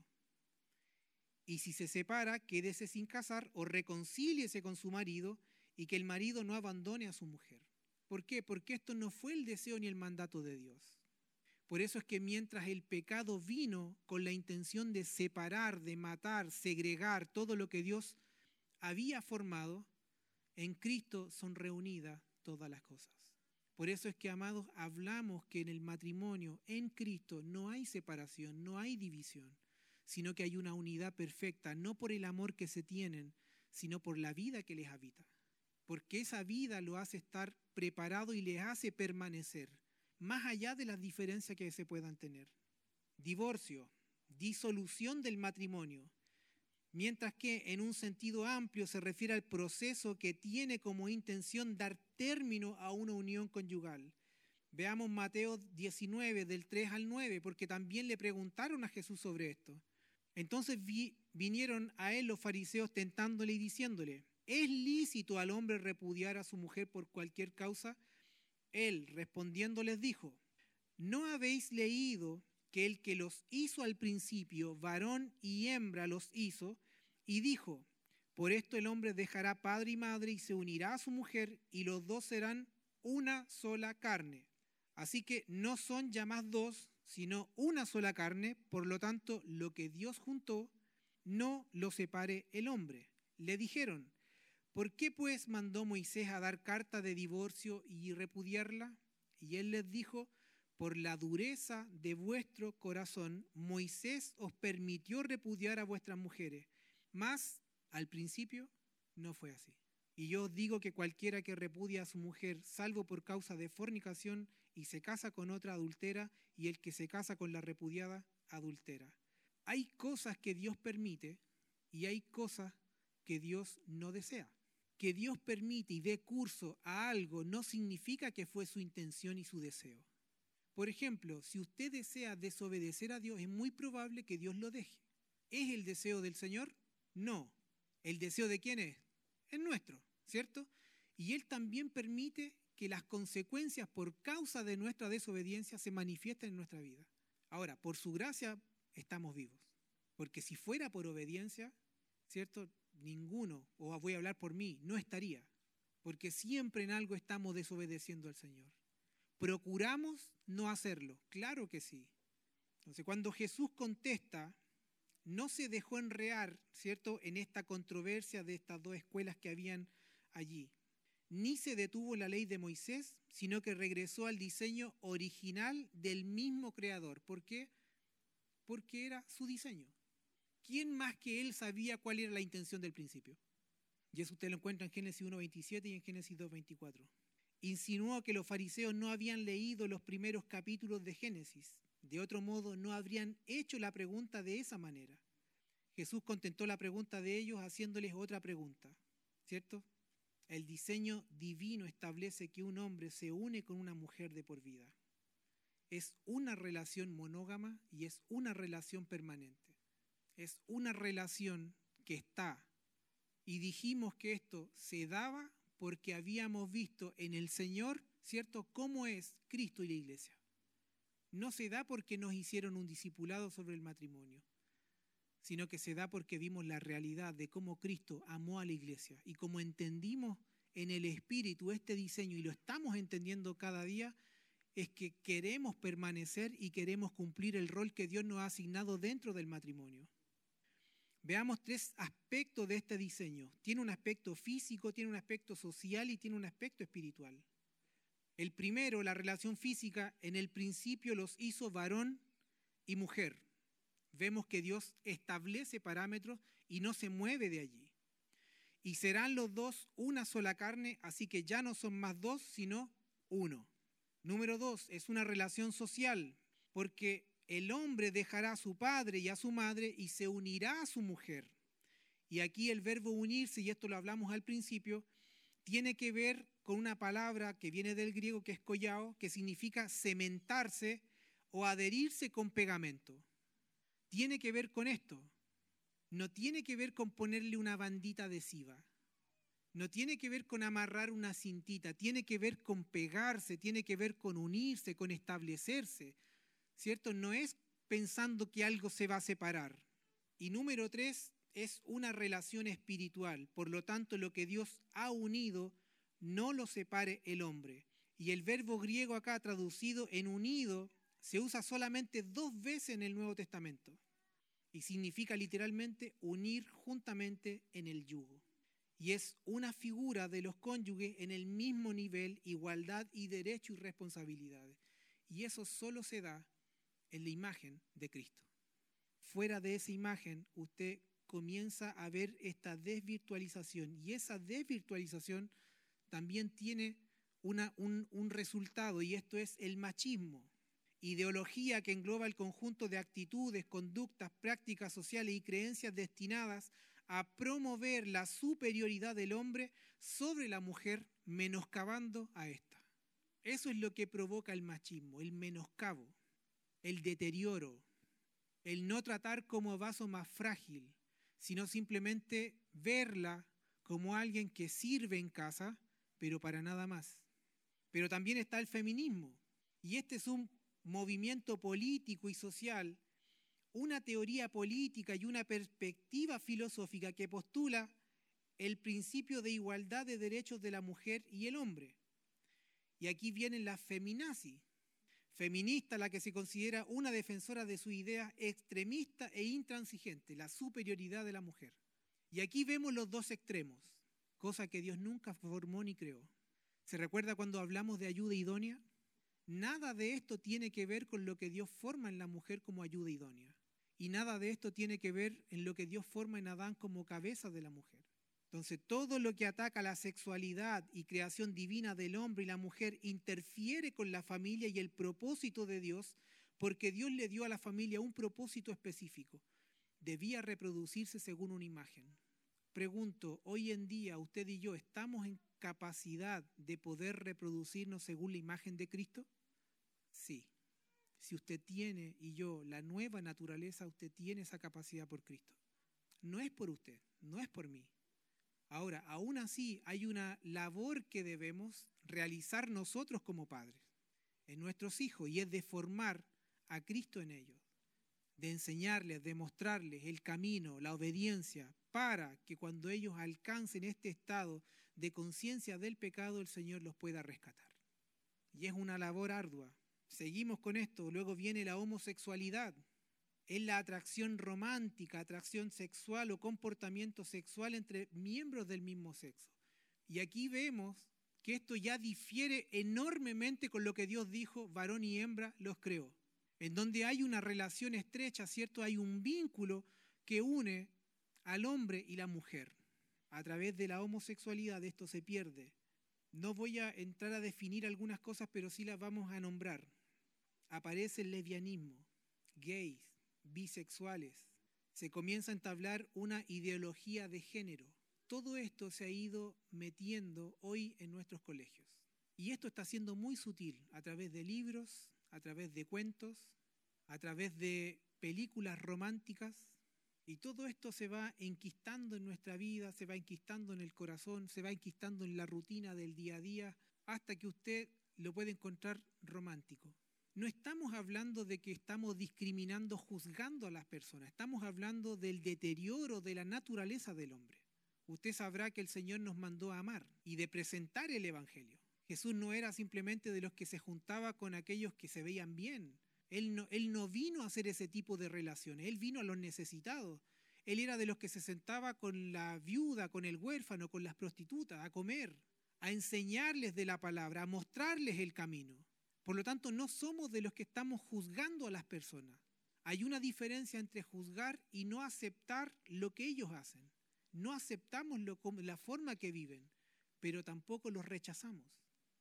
Y si se separa, quédese sin casar o reconcíliese con su marido y que el marido no abandone a su mujer. ¿Por qué? Porque esto no fue el deseo ni el mandato de Dios. Por eso es que mientras el pecado vino con la intención de separar, de matar, segregar todo lo que Dios había formado, en Cristo son reunidas todas las cosas. Por eso es que, amados, hablamos que en el matrimonio, en Cristo, no hay separación, no hay división, sino que hay una unidad perfecta, no por el amor que se tienen, sino por la vida que les habita. Porque esa vida lo hace estar preparado y les hace permanecer, más allá de las diferencias que se puedan tener. Divorcio, disolución del matrimonio. Mientras que en un sentido amplio se refiere al proceso que tiene como intención dar término a una unión conyugal. Veamos Mateo 19, del 3 al 9, porque también le preguntaron a Jesús sobre esto. Entonces vinieron a él los fariseos tentándole y diciéndole, ¿es lícito al hombre repudiar a su mujer por cualquier causa? Él respondiendo les dijo, ¿no habéis leído que el que los hizo al principio, varón y hembra los hizo? Y dijo, por esto el hombre dejará padre y madre y se unirá a su mujer y los dos serán una sola carne. Así que no son ya más dos, sino una sola carne, por lo tanto lo que Dios juntó, no lo separe el hombre. Le dijeron, ¿por qué pues mandó Moisés a dar carta de divorcio y repudiarla? Y él les dijo, por la dureza de vuestro corazón, Moisés os permitió repudiar a vuestras mujeres, mas al principio no fue así. Y yo os digo que cualquiera que repudia a su mujer, salvo por causa de fornicación, y se casa con otra adultera, y el que se casa con la repudiada, adultera. Hay cosas que Dios permite y hay cosas que Dios no desea. Que Dios permite y dé curso a algo no significa que fue su intención y su deseo. Por ejemplo, si usted desea desobedecer a Dios, es muy probable que Dios lo deje. ¿Es el deseo del Señor? No. ¿El deseo de quién es? Es nuestro, ¿cierto? Y Él también permite que las consecuencias por causa de nuestra desobediencia se manifiestan en nuestra vida. Ahora, por su gracia estamos vivos, porque si fuera por obediencia, ¿cierto? Ninguno, o voy a hablar por mí, no estaría, porque siempre en algo estamos desobedeciendo al Señor. ¿Procuramos no hacerlo? Claro que sí. Entonces, cuando Jesús contesta, no se dejó enredar, ¿cierto?, en esta controversia de estas dos escuelas que habían allí. Ni se detuvo en la ley de Moisés, sino que regresó al diseño original del mismo Creador. ¿Por qué? Porque era su diseño. ¿Quién más que él sabía cuál era la intención del principio? Y eso usted lo encuentra en Génesis 1:27 y en Génesis 2:24. Insinuó que los fariseos no habían leído los primeros capítulos de Génesis. De otro modo, no habrían hecho la pregunta de esa manera. Jesús contestó la pregunta de ellos haciéndoles otra pregunta, ¿cierto? El diseño divino establece que un hombre se une con una mujer de por vida. Es una relación monógama y es una relación permanente. Es una relación que está. Y dijimos que esto se daba porque habíamos visto en el Señor, ¿cierto?, cómo es Cristo y la iglesia. No se da porque nos hicieron un discipulado sobre el matrimonio, sino que se da porque vimos la realidad de cómo Cristo amó a la iglesia y como entendimos en el Espíritu este diseño y lo estamos entendiendo cada día, es que queremos permanecer y queremos cumplir el rol que Dios nos ha asignado dentro del matrimonio. Veamos 3 aspectos de este diseño. Tiene un aspecto físico, tiene un aspecto social y tiene un aspecto espiritual. El primero, la relación física, en el principio los hizo varón y mujer. Vemos que Dios establece parámetros y no se mueve de allí. Y serán los dos una sola carne, así que ya no son más dos, sino uno. Número 2, es una relación social, porque el hombre dejará a su padre y a su madre y se unirá a su mujer. Y aquí el verbo unirse, y esto lo hablamos al principio, tiene que ver con una palabra que viene del griego que es koiao, que significa cementarse o adherirse con pegamento. Tiene que ver con esto. No tiene que ver con ponerle una bandita adhesiva. No tiene que ver con amarrar una cintita. Tiene que ver con pegarse, tiene que ver con unirse, con establecerse, ¿cierto? No es pensando que algo se va a separar. Y número 3, es una relación espiritual. Por lo tanto, lo que Dios ha unido, no lo separe el hombre. Y el verbo griego acá traducido en unido se usa solamente 2 veces en el Nuevo Testamento. Y significa literalmente unir juntamente en el yugo. Y es una figura de los cónyuges en el mismo nivel, igualdad y derecho y responsabilidades. Y eso solo se da en la imagen de Cristo. Fuera de esa imagen, usted comienza a ver esta desvirtualización. Y esa desvirtualización también tiene un resultado, y esto es el machismo. Ideología que engloba el conjunto de actitudes, conductas, prácticas sociales y creencias destinadas a promover la superioridad del hombre sobre la mujer, menoscabando a ésta. Eso es lo que provoca el machismo, el menoscabo, el deterioro, el no tratar como vaso más frágil, sino simplemente verla como alguien que sirve en casa, pero para nada más. Pero también está el feminismo, y este es un movimiento político y social, una teoría política y una perspectiva filosófica que postula el principio de igualdad de derechos de la mujer y el hombre. Y aquí vienen las feminazis. Feminista, la que se considera una defensora de su idea extremista e intransigente, la superioridad de la mujer. Y aquí vemos los dos extremos, cosa que Dios nunca formó ni creó. ¿Se recuerda cuando hablamos de ayuda idónea? Nada de esto tiene que ver con lo que Dios forma en la mujer como ayuda idónea. Y nada de esto tiene que ver en lo que Dios forma en Adán como cabeza de la mujer. Entonces, todo lo que ataca la sexualidad y creación divina del hombre y la mujer interfiere con la familia y el propósito de Dios, porque Dios le dio a la familia un propósito específico. Debía reproducirse según una imagen. Pregunto, hoy en día usted y yo, ¿estamos en capacidad de poder reproducirnos según la imagen de Cristo? Sí. Si usted tiene, y yo, la nueva naturaleza, usted tiene esa capacidad por Cristo. No es por usted, no es por mí. Ahora, aún así, hay una labor que debemos realizar nosotros como padres en nuestros hijos, y es de formar a Cristo en ellos, de enseñarles, de mostrarles el camino, la obediencia, para que cuando ellos alcancen este estado de conciencia del pecado, el Señor los pueda rescatar. Y es una labor ardua. Seguimos con esto, luego viene la homosexualidad. Es la atracción romántica, atracción sexual o comportamiento sexual entre miembros del mismo sexo. Y aquí vemos que esto ya difiere enormemente con lo que Dios dijo, varón y hembra los creó. En donde hay una relación estrecha, ¿cierto? Hay un vínculo que une al hombre y la mujer. A través de la homosexualidad esto se pierde. No voy a entrar a definir algunas cosas, pero sí las vamos a nombrar. Aparece el lesbianismo, gays, bisexuales. Se comienza a entablar una ideología de género. Todo esto se ha ido metiendo hoy en nuestros colegios. Y esto está siendo muy sutil a través de libros, a través de cuentos, a través de películas románticas. Y todo esto se va enquistando en nuestra vida, se va enquistando en el corazón, se va enquistando en la rutina del día a día, hasta que usted lo puede encontrar romántico. No estamos hablando de que estamos discriminando, juzgando a las personas. Estamos hablando del deterioro de la naturaleza del hombre. Usted sabrá que el Señor nos mandó a amar y de presentar el Evangelio. Jesús no era simplemente de los que se juntaba con aquellos que se veían bien. Él no vino a hacer ese tipo de relaciones. Él vino a los necesitados. Él era de los que se sentaba con la viuda, con el huérfano, con las prostitutas, a comer, a enseñarles de la palabra, a mostrarles el camino. Por lo tanto, no somos de los que estamos juzgando a las personas. Hay una diferencia entre juzgar y no aceptar lo que ellos hacen. No aceptamos la forma que viven, pero tampoco los rechazamos.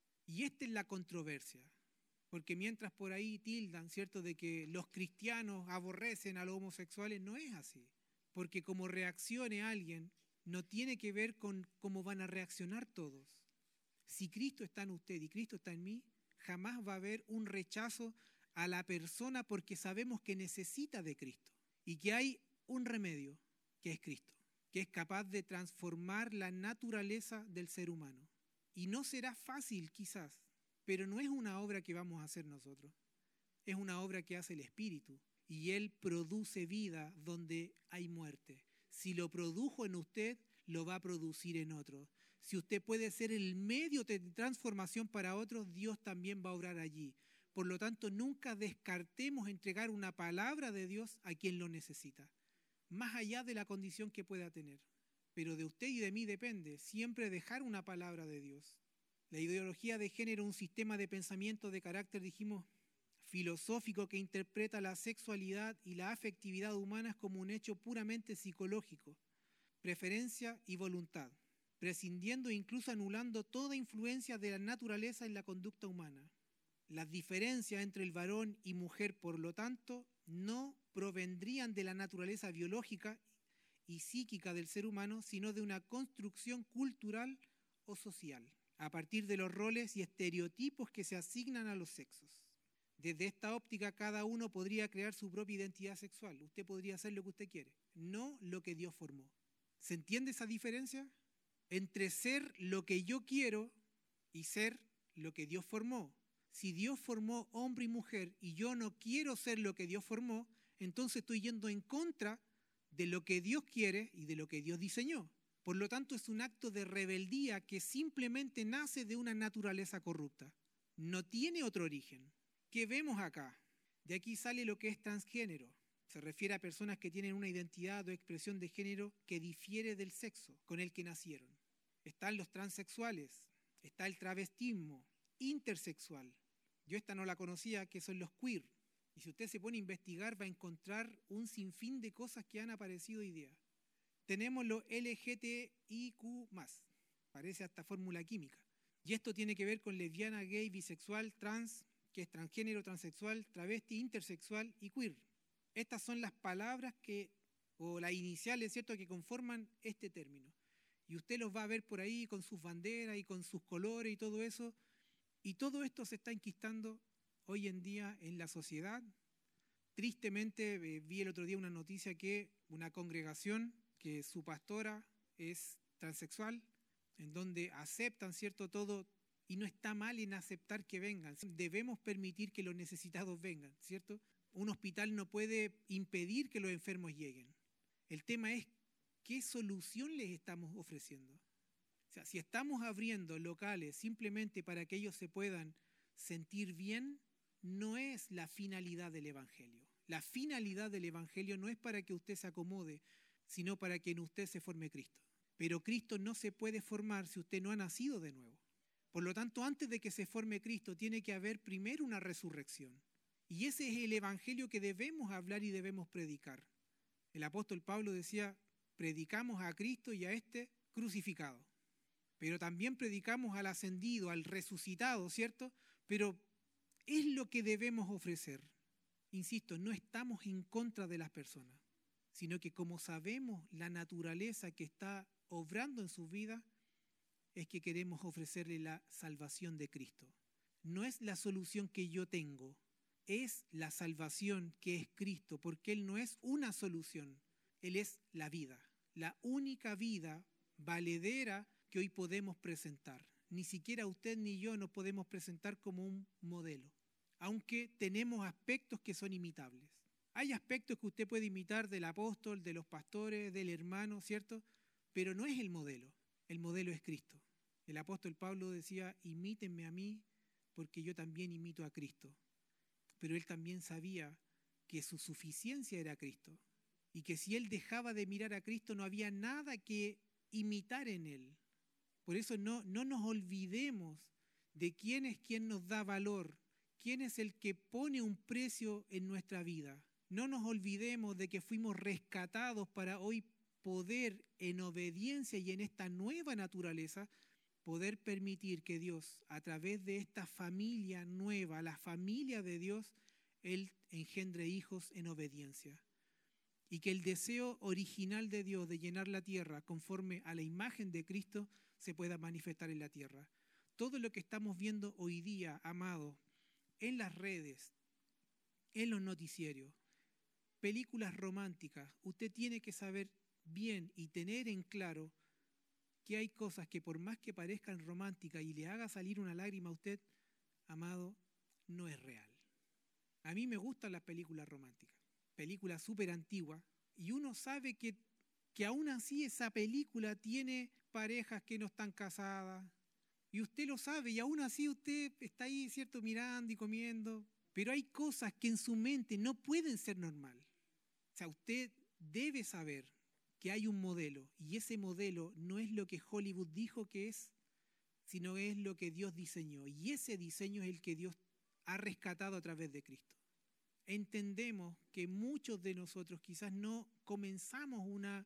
Y esta es la controversia, porque mientras por ahí tildan, ¿cierto?, de que los cristianos aborrecen a los homosexuales, no es así. Porque como reaccione alguien, no tiene que ver con cómo van a reaccionar todos. Si Cristo está en usted y Cristo está en mí, jamás va a haber un rechazo a la persona porque sabemos que necesita de Cristo y que hay un remedio, que es Cristo, que es capaz de transformar la naturaleza del ser humano. Y no será fácil quizás, pero no es una obra que vamos a hacer nosotros, es una obra que hace el Espíritu y Él produce vida donde hay muerte. Si lo produjo en usted, lo va a producir en otros. Si usted puede ser el medio de transformación para otros, Dios también va a obrar allí. Por lo tanto, nunca descartemos entregar una palabra de Dios a quien lo necesita, más allá de la condición que pueda tener. Pero de usted y de mí depende siempre dejar una palabra de Dios. La ideología de género, un sistema de pensamiento de carácter, dijimos, filosófico que interpreta la sexualidad y la afectividad humanas como un hecho puramente psicológico, preferencia y voluntad, prescindiendo e incluso anulando toda influencia de la naturaleza en la conducta humana. Las diferencias entre el varón y mujer, por lo tanto, no provendrían de la naturaleza biológica y psíquica del ser humano, sino de una construcción cultural o social, a partir de los roles y estereotipos que se asignan a los sexos. Desde esta óptica, cada uno podría crear su propia identidad sexual. Usted podría hacer lo que usted quiere, no lo que Dios formó. ¿Se entiende esa diferencia? Entre ser lo que yo quiero y ser lo que Dios formó. Si Dios formó hombre y mujer y yo no quiero ser lo que Dios formó, entonces estoy yendo en contra de lo que Dios quiere y de lo que Dios diseñó. Por lo tanto, es un acto de rebeldía que simplemente nace de una naturaleza corrupta. No tiene otro origen. ¿Qué vemos acá? De aquí sale lo que es transgénero. Se refiere a personas que tienen una identidad o expresión de género que difiere del sexo con el que nacieron. Están los transexuales, está el travestismo, intersexual. Yo esta no la conocía, que son los queer. Y si usted se pone a investigar, va a encontrar un sinfín de cosas que han aparecido hoy día. Tenemos los LGTBIQ+, parece hasta fórmula química. Y esto tiene que ver con lesbiana, gay, bisexual, trans, que es transgénero, transexual, travesti, intersexual y queer. Estas son las palabras o las iniciales, ¿cierto?, que conforman este término. Y usted los va a ver por ahí con sus banderas y con sus colores y todo eso. Y todo esto se está enquistando hoy en día en la sociedad. Tristemente, vi el otro día una noticia que una congregación, que su pastora es transexual, en donde aceptan, ¿cierto?, todo, y no está mal en aceptar que vengan. Debemos permitir que los necesitados vengan, ¿cierto? Un hospital no puede impedir que los enfermos lleguen. El tema es qué solución les estamos ofreciendo. O sea, si estamos abriendo locales simplemente para que ellos se puedan sentir bien, no es la finalidad del Evangelio. La finalidad del Evangelio no es para que usted se acomode, sino para que en usted se forme Cristo. Pero Cristo no se puede formar si usted no ha nacido de nuevo. Por lo tanto, antes de que se forme Cristo, tiene que haber primero una resurrección. Y ese es el Evangelio que debemos hablar y debemos predicar. El apóstol Pablo decía, predicamos a Cristo y a este crucificado. Pero también predicamos al ascendido, al resucitado, ¿cierto? Pero es lo que debemos ofrecer. Insisto, no estamos en contra de las personas, sino que como sabemos la naturaleza que está obrando en sus vidas, es que queremos ofrecerle la salvación de Cristo. No es la solución que yo tengo, es la salvación que es Cristo, porque Él no es una solución, Él es la vida, la única vida valedera que hoy podemos presentar. Ni siquiera usted ni yo nos podemos presentar como un modelo, aunque tenemos aspectos que son imitables. Hay aspectos que usted puede imitar del apóstol, de los pastores, del hermano, ¿cierto? Pero no es el modelo es Cristo. El apóstol Pablo decía, imítenme a mí porque yo también imito a Cristo. Pero él también sabía que su suficiencia era Cristo y que si él dejaba de mirar a Cristo no había nada que imitar en él. Por eso no nos olvidemos de quién es quien nos da valor, quién es el que pone un precio en nuestra vida. No nos olvidemos de que fuimos rescatados para hoy poder en obediencia y en esta nueva naturaleza poder permitir que Dios, a través de esta familia nueva, la familia de Dios, Él engendre hijos en obediencia. Y que el deseo original de Dios de llenar la tierra conforme a la imagen de Cristo se pueda manifestar en la tierra. Todo lo que estamos viendo hoy día, amados, en las redes, en los noticiarios, películas románticas, usted tiene que saber bien y tener en claro que hay cosas que por más que parezcan románticas y le haga salir una lágrima a usted, amado, no es real. A mí me gustan las películas románticas, películas súper antiguas, y uno sabe que aún así esa película tiene parejas que no están casadas, y usted lo sabe, y aún así usted está ahí, ¿cierto?, mirando y comiendo, pero hay cosas que en su mente no pueden ser normal. O sea, usted debe saber que hay un modelo, y ese modelo no es lo que Hollywood dijo que es, sino es lo que Dios diseñó, y ese diseño es el que Dios ha rescatado a través de Cristo. Entendemos que muchos de nosotros quizás no comenzamos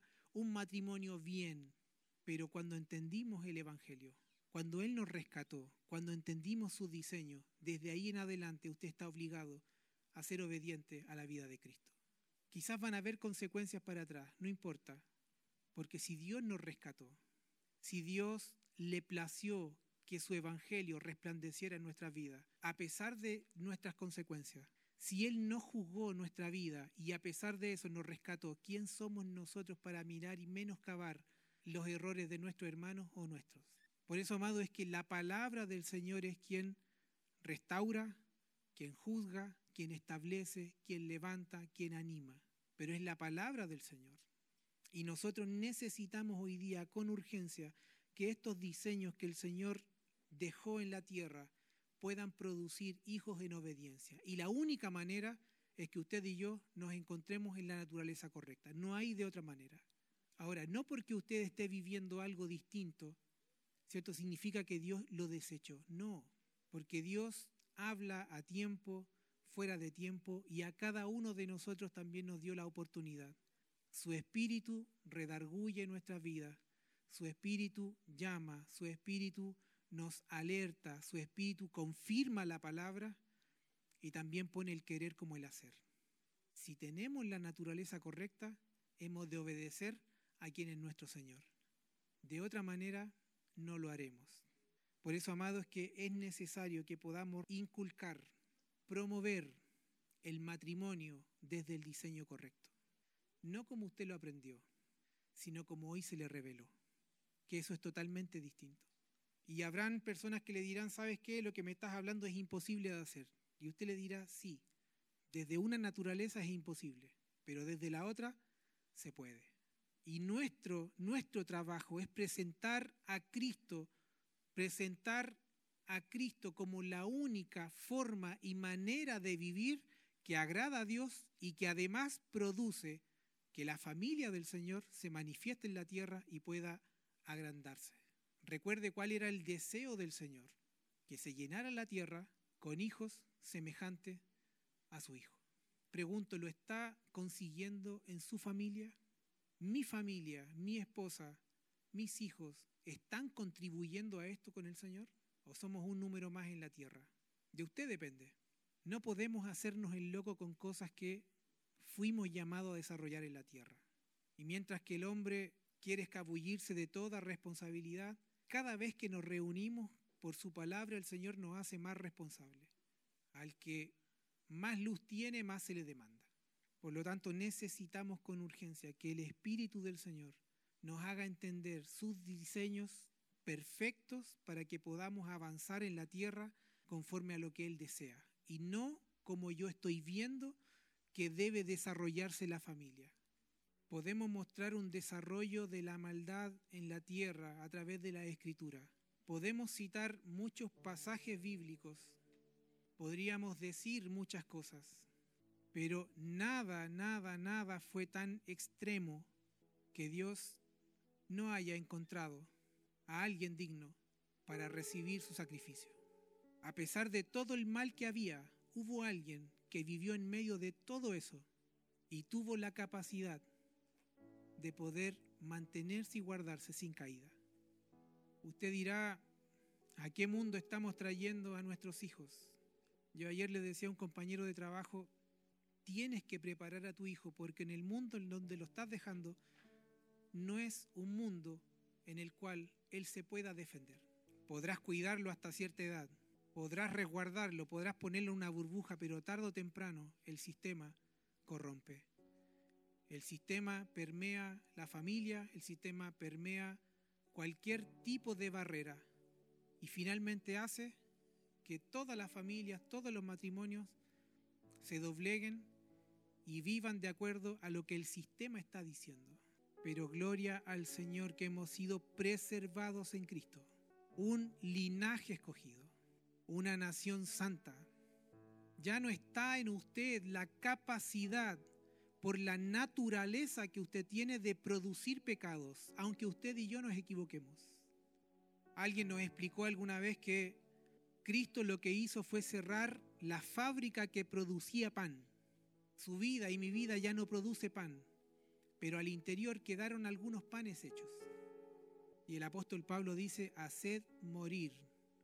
un matrimonio bien, pero cuando entendimos el Evangelio, cuando Él nos rescató, cuando entendimos su diseño, desde ahí en adelante usted está obligado a ser obediente a la vida de Cristo. Quizás van a haber consecuencias para atrás, no importa, porque si Dios nos rescató, si Dios le plació que su evangelio resplandeciera en nuestra vida, a pesar de nuestras consecuencias, si Él no juzgó nuestra vida y a pesar de eso nos rescató, ¿quién somos nosotros para mirar y menoscabar los errores de nuestros hermanos o nuestros? Por eso, amado, es que la palabra del Señor es quien restaura, quien juzga, quien establece, quien levanta, quien anima. Pero es la palabra del Señor. Y nosotros necesitamos hoy día con urgencia que estos diseños que el Señor dejó en la tierra puedan producir hijos en obediencia. Y la única manera es que usted y yo nos encontremos en la naturaleza correcta. No hay de otra manera. Ahora, no porque usted esté viviendo algo distinto, ¿cierto?, significa que Dios lo desechó. No, porque Dios habla a tiempo, fuera de tiempo, y a cada uno de nosotros también nos dio la oportunidad. Su espíritu redarguye nuestras vidas, su espíritu llama, su espíritu nos alerta, su espíritu confirma la palabra y también pone el querer como el hacer. Si tenemos la naturaleza correcta, hemos de obedecer a quien es nuestro Señor. De otra manera, no lo haremos. Por eso, amados, que es necesario que podamos inculcar, promover el matrimonio desde el diseño correcto. No como usted lo aprendió, sino como hoy se le reveló. que eso es totalmente distinto. Y habrán personas que le dirán, ¿sabes qué? Lo que me estás hablando es imposible de hacer. Y usted le dirá, sí, desde una naturaleza es imposible, pero desde la otra se puede. Y nuestro trabajo es presentar a Cristo como la única forma y manera de vivir que agrada a Dios y que además produce que la familia del Señor se manifieste en la tierra y pueda agrandarse. Recuerde cuál era el deseo del Señor, que se llenara la tierra con hijos semejantes a su Hijo. Pregunto, ¿lo está consiguiendo en su familia? ¿Mi familia, mi esposa, mis hijos están contribuyendo a esto con el Señor? ¿O somos un número más en la tierra? De usted depende. No podemos hacernos el loco con cosas que fuimos llamados a desarrollar en la tierra. Y mientras que el hombre quiere escabullirse de toda responsabilidad, cada vez que nos reunimos por su palabra, el Señor nos hace más responsables. Al que más luz tiene, más se le demanda. Por lo tanto, necesitamos con urgencia que el Espíritu del Señor nos haga entender sus diseños perfectos para que podamos avanzar en la tierra conforme a lo que Él desea y no como yo estoy viendo que debe desarrollarse la familia. Podemos mostrar un desarrollo de la maldad en la tierra a través de la Escritura. Podemos citar muchos pasajes bíblicos, podríamos decir muchas cosas, pero nada fue tan extremo que Dios no haya encontrado a alguien digno para recibir su sacrificio. A pesar de todo el mal que había, hubo alguien que vivió en medio de todo eso y tuvo la capacidad de poder mantenerse y guardarse sin caída. Usted dirá, ¿a qué mundo estamos trayendo a nuestros hijos? Yo ayer le decía a un compañero de trabajo, tienes que preparar a tu hijo porque en el mundo en donde lo estás dejando no es un mundo en el cual él se pueda defender. Podrás cuidarlo hasta cierta edad, podrás resguardarlo, podrás ponerle una burbuja, pero tarde o temprano el sistema corrompe. El sistema permea la familia, el sistema permea cualquier tipo de barrera y finalmente hace que todas las familias, todos los matrimonios se dobleguen y vivan de acuerdo a lo que el sistema está diciendo. Pero gloria al Señor que hemos sido preservados en Cristo, un linaje escogido, una nación santa. Ya no está en usted la capacidad por la naturaleza que usted tiene de producir pecados, aunque usted y yo nos equivoquemos. Alguien nos explicó alguna vez que Cristo lo que hizo fue cerrar la fábrica que producía pan. Su vida y mi vida ya no produce pan, pero al interior quedaron algunos panes hechos. Y el apóstol Pablo dice, haced morir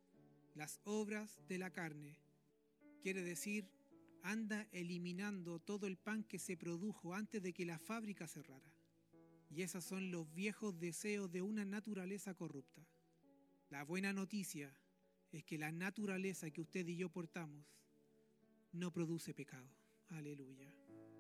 las obras de la carne. Quiere decir, anda eliminando todo el pan que se produjo antes de que la fábrica cerrara. Y esos son los viejos deseos de una naturaleza corrupta. La buena noticia es que la naturaleza que usted y yo portamos no produce pecado. Aleluya.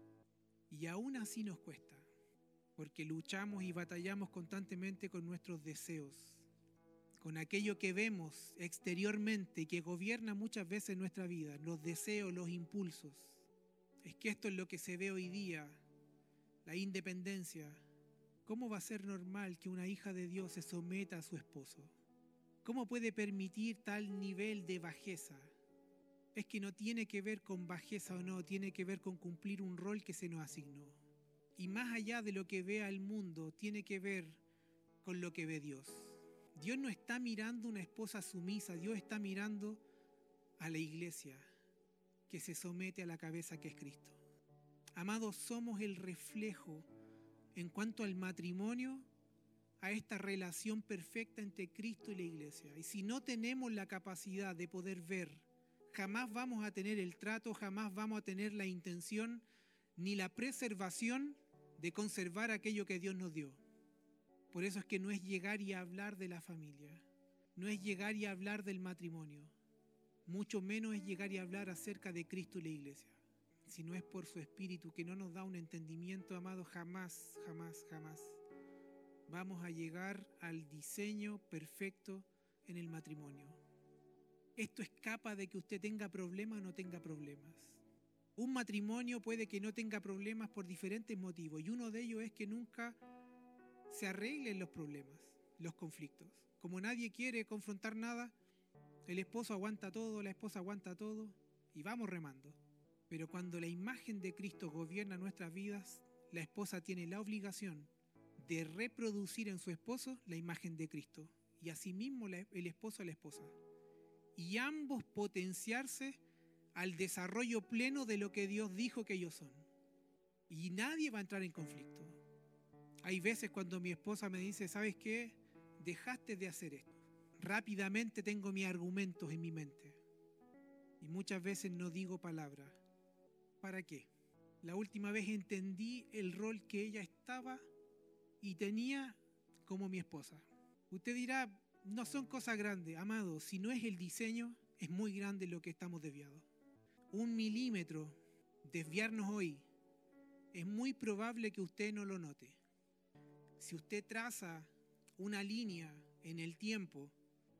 Y aún así nos cuesta, porque luchamos y batallamos constantemente con nuestros deseos, con aquello que vemos exteriormente y que gobierna muchas veces nuestra vida, los deseos, los impulsos. Es que esto es lo que se ve hoy día, la independencia. ¿Cómo va a ser normal que una hija de Dios se someta a su esposo? ¿Cómo puede permitir tal nivel de bajeza? Es que no tiene que ver con bajeza o no, tiene que ver con cumplir un rol que se nos asignó. Y más allá de lo que vea el mundo, tiene que ver con lo que ve Dios. Dios no está mirando una esposa sumisa, Dios está mirando a la iglesia que se somete a la cabeza que es Cristo. Amados, somos el reflejo en cuanto al matrimonio a esta relación perfecta entre Cristo y la iglesia. Y si no tenemos la capacidad de poder ver, jamás vamos a tener el trato, jamás vamos a tener la intención ni la preservación de conservar aquello que Dios nos dio. Por eso es que no es llegar y hablar de la familia, no es llegar y hablar del matrimonio, mucho menos es llegar y hablar acerca de Cristo y la iglesia. Si no es por su Espíritu que no nos da un entendimiento, amado, jamás vamos a llegar al diseño perfecto en el matrimonio. Esto escapa de que usted tenga problemas o no tenga problemas. Un matrimonio puede que no tenga problemas por diferentes motivos y uno de ellos es que nunca se arreglen los problemas, los conflictos. Como nadie quiere confrontar nada, el esposo aguanta todo, la esposa aguanta todo y vamos remando. Pero cuando la imagen de Cristo gobierna nuestras vidas, la esposa tiene la obligación de reproducir en su esposo la imagen de Cristo y asimismo el esposo a la esposa. Y ambos potenciarse al desarrollo pleno de lo que Dios dijo que ellos son. Y nadie va a entrar en conflicto. Hay veces cuando mi esposa me dice, ¿sabes qué? Dejaste de hacer esto. Rápidamente tengo mis argumentos en mi mente. Y muchas veces no digo palabra. ¿Para qué? La última vez entendí el rol que ella estaba y tenía como mi esposa. Usted dirá, no son cosas grandes. Amado, si no es el diseño, es muy grande lo que estamos desviados. 1 milímetro desviarnos hoy, es muy probable que usted no lo note. Si usted traza una línea en el tiempo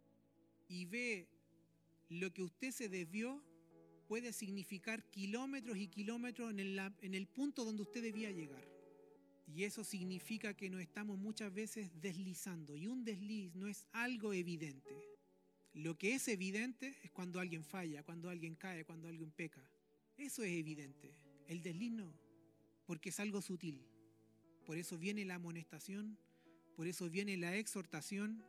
y ve lo que usted se desvió, puede significar kilómetros y kilómetros en el punto donde usted debía llegar. Y eso significa que nos estamos muchas veces deslizando. Y un desliz no es algo evidente. Lo que es evidente es cuando alguien falla, cuando alguien cae, cuando alguien peca. Eso es evidente. El desliz no, porque es algo sutil. Por eso viene la amonestación, por eso viene la exhortación,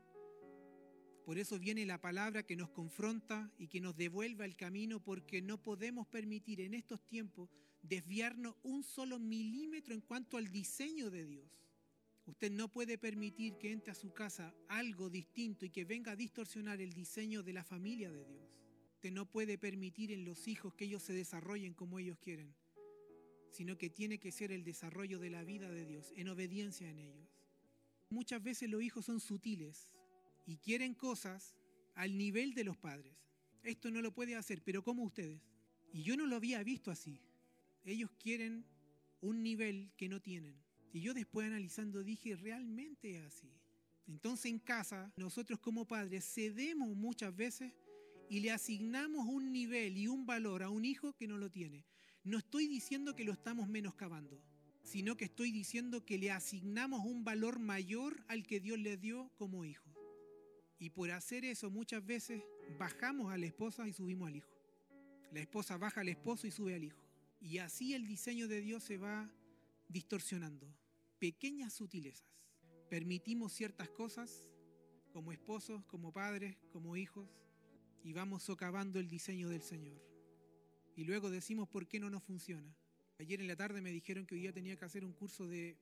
por eso viene la palabra que nos confronta y que nos devuelve al camino, porque no podemos permitir en estos tiempos desviarnos 1 solo milímetro en cuanto al diseño de Dios. Usted no puede permitir que entre a su casa algo distinto y que venga a distorsionar el diseño de la familia de Dios. Usted no puede permitir en los hijos que ellos se desarrollen como ellos quieren, sino que tiene que ser el desarrollo de la vida de Dios, en obediencia en ellos. Muchas veces los hijos son sutiles y quieren cosas al nivel de los padres. Esto no lo puede hacer, pero como ustedes. Y yo no lo había visto así. Ellos quieren un nivel que no tienen. Y yo después analizando dije, realmente es así. Entonces en casa, nosotros como padres cedemos muchas veces y le asignamos un nivel y un valor a un hijo que no lo tiene. No estoy diciendo que lo estamos menoscabando, sino que estoy diciendo que le asignamos un valor mayor al que Dios le dio como hijo. Y por hacer eso muchas veces bajamos a la esposa y subimos al hijo. La esposa baja al esposo y sube al hijo. Y así el diseño de Dios se va distorsionando. Pequeñas sutilezas. Permitimos ciertas cosas como esposos, como padres, como hijos, y vamos socavando el diseño del Señor. Y luego decimos por qué no nos funciona. Ayer en la tarde me dijeron que hoy día tenía que hacer un curso de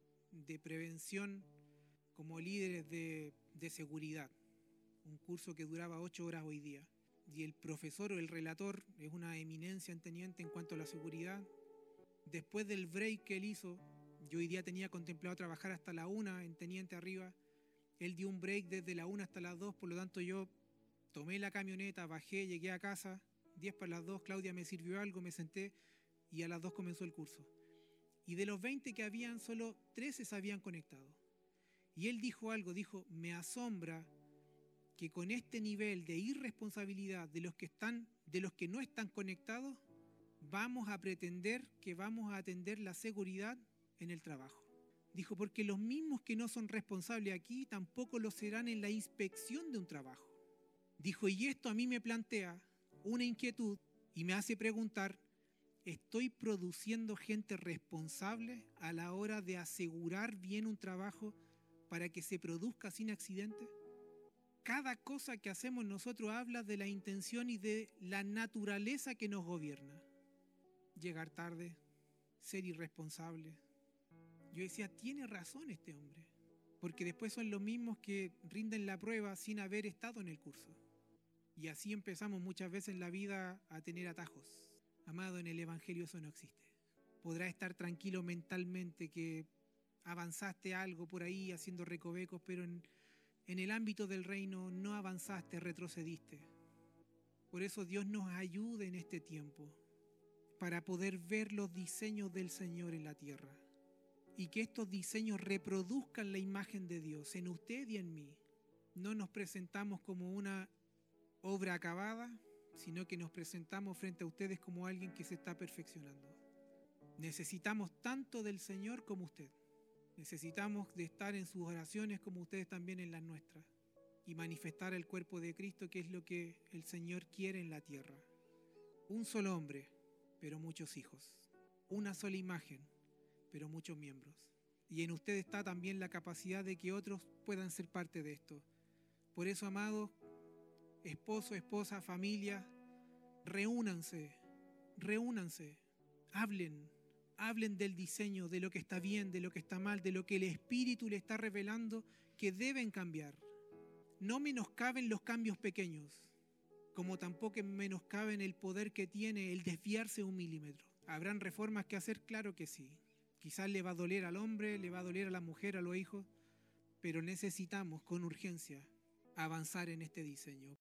prevención como líderes de seguridad. Un curso que duraba 8 horas hoy día. Y el profesor o el relator es una eminencia en teniente en cuanto a la seguridad. Después del break que él hizo, yo hoy día tenía contemplado trabajar hasta la 1 en teniente arriba. Él dio un break desde la 1 hasta las 2, por lo tanto yo tomé la camioneta, bajé, llegué a casa, 10 para las 2, Claudia me sirvió algo, me senté y a las 2 comenzó el curso. Y de los 20 que habían, solo 13 se habían conectado. Y él dijo algo, dijo, me asombra que con este nivel de irresponsabilidad de los que no están conectados, vamos a pretender que vamos a atender la seguridad en el trabajo. Dijo, porque los mismos que no son responsables aquí tampoco lo serán en la inspección de un trabajo. Dijo, y esto a mí me plantea una inquietud y me hace preguntar, ¿estoy produciendo gente responsable a la hora de asegurar bien un trabajo para que se produzca sin accidente? Cada cosa que hacemos nosotros habla de la intención y de la naturaleza que nos gobierna. Llegar tarde, ser irresponsable. Yo decía, tiene razón este hombre, porque después son los mismos que rinden la prueba sin haber estado en el curso. Y así empezamos muchas veces en la vida a tener atajos. Amado, en el Evangelio eso no existe. Podrás estar tranquilo mentalmente que avanzaste algo por ahí haciendo recovecos, pero en el ámbito del reino no avanzaste, retrocediste. Por eso Dios nos ayude en este tiempo para poder ver los diseños del Señor en la tierra y que estos diseños reproduzcan la imagen de Dios en usted y en mí. No nos presentamos como una obra acabada, sino que nos presentamos frente a ustedes como alguien que se está perfeccionando. Necesitamos tanto del Señor como usted. Necesitamos de estar en sus oraciones como ustedes también en las nuestras y manifestar el cuerpo de Cristo, que es lo que el Señor quiere en la tierra. Un solo hombre, pero muchos hijos. Una sola imagen, pero muchos miembros. Y en usted está también la capacidad de que otros puedan ser parte de esto. Por eso, amados, esposo, esposa, familia, reúnanse, hablen del diseño, de lo que está bien, de lo que está mal, de lo que el Espíritu le está revelando que deben cambiar. No menoscaben los cambios pequeños, como tampoco menoscaben el poder que tiene el desviarse 1 milímetro. ¿Habrán reformas que hacer? Claro que sí. Quizás le va a doler al hombre, le va a doler a la mujer, a los hijos, pero necesitamos con urgencia avanzar en este diseño.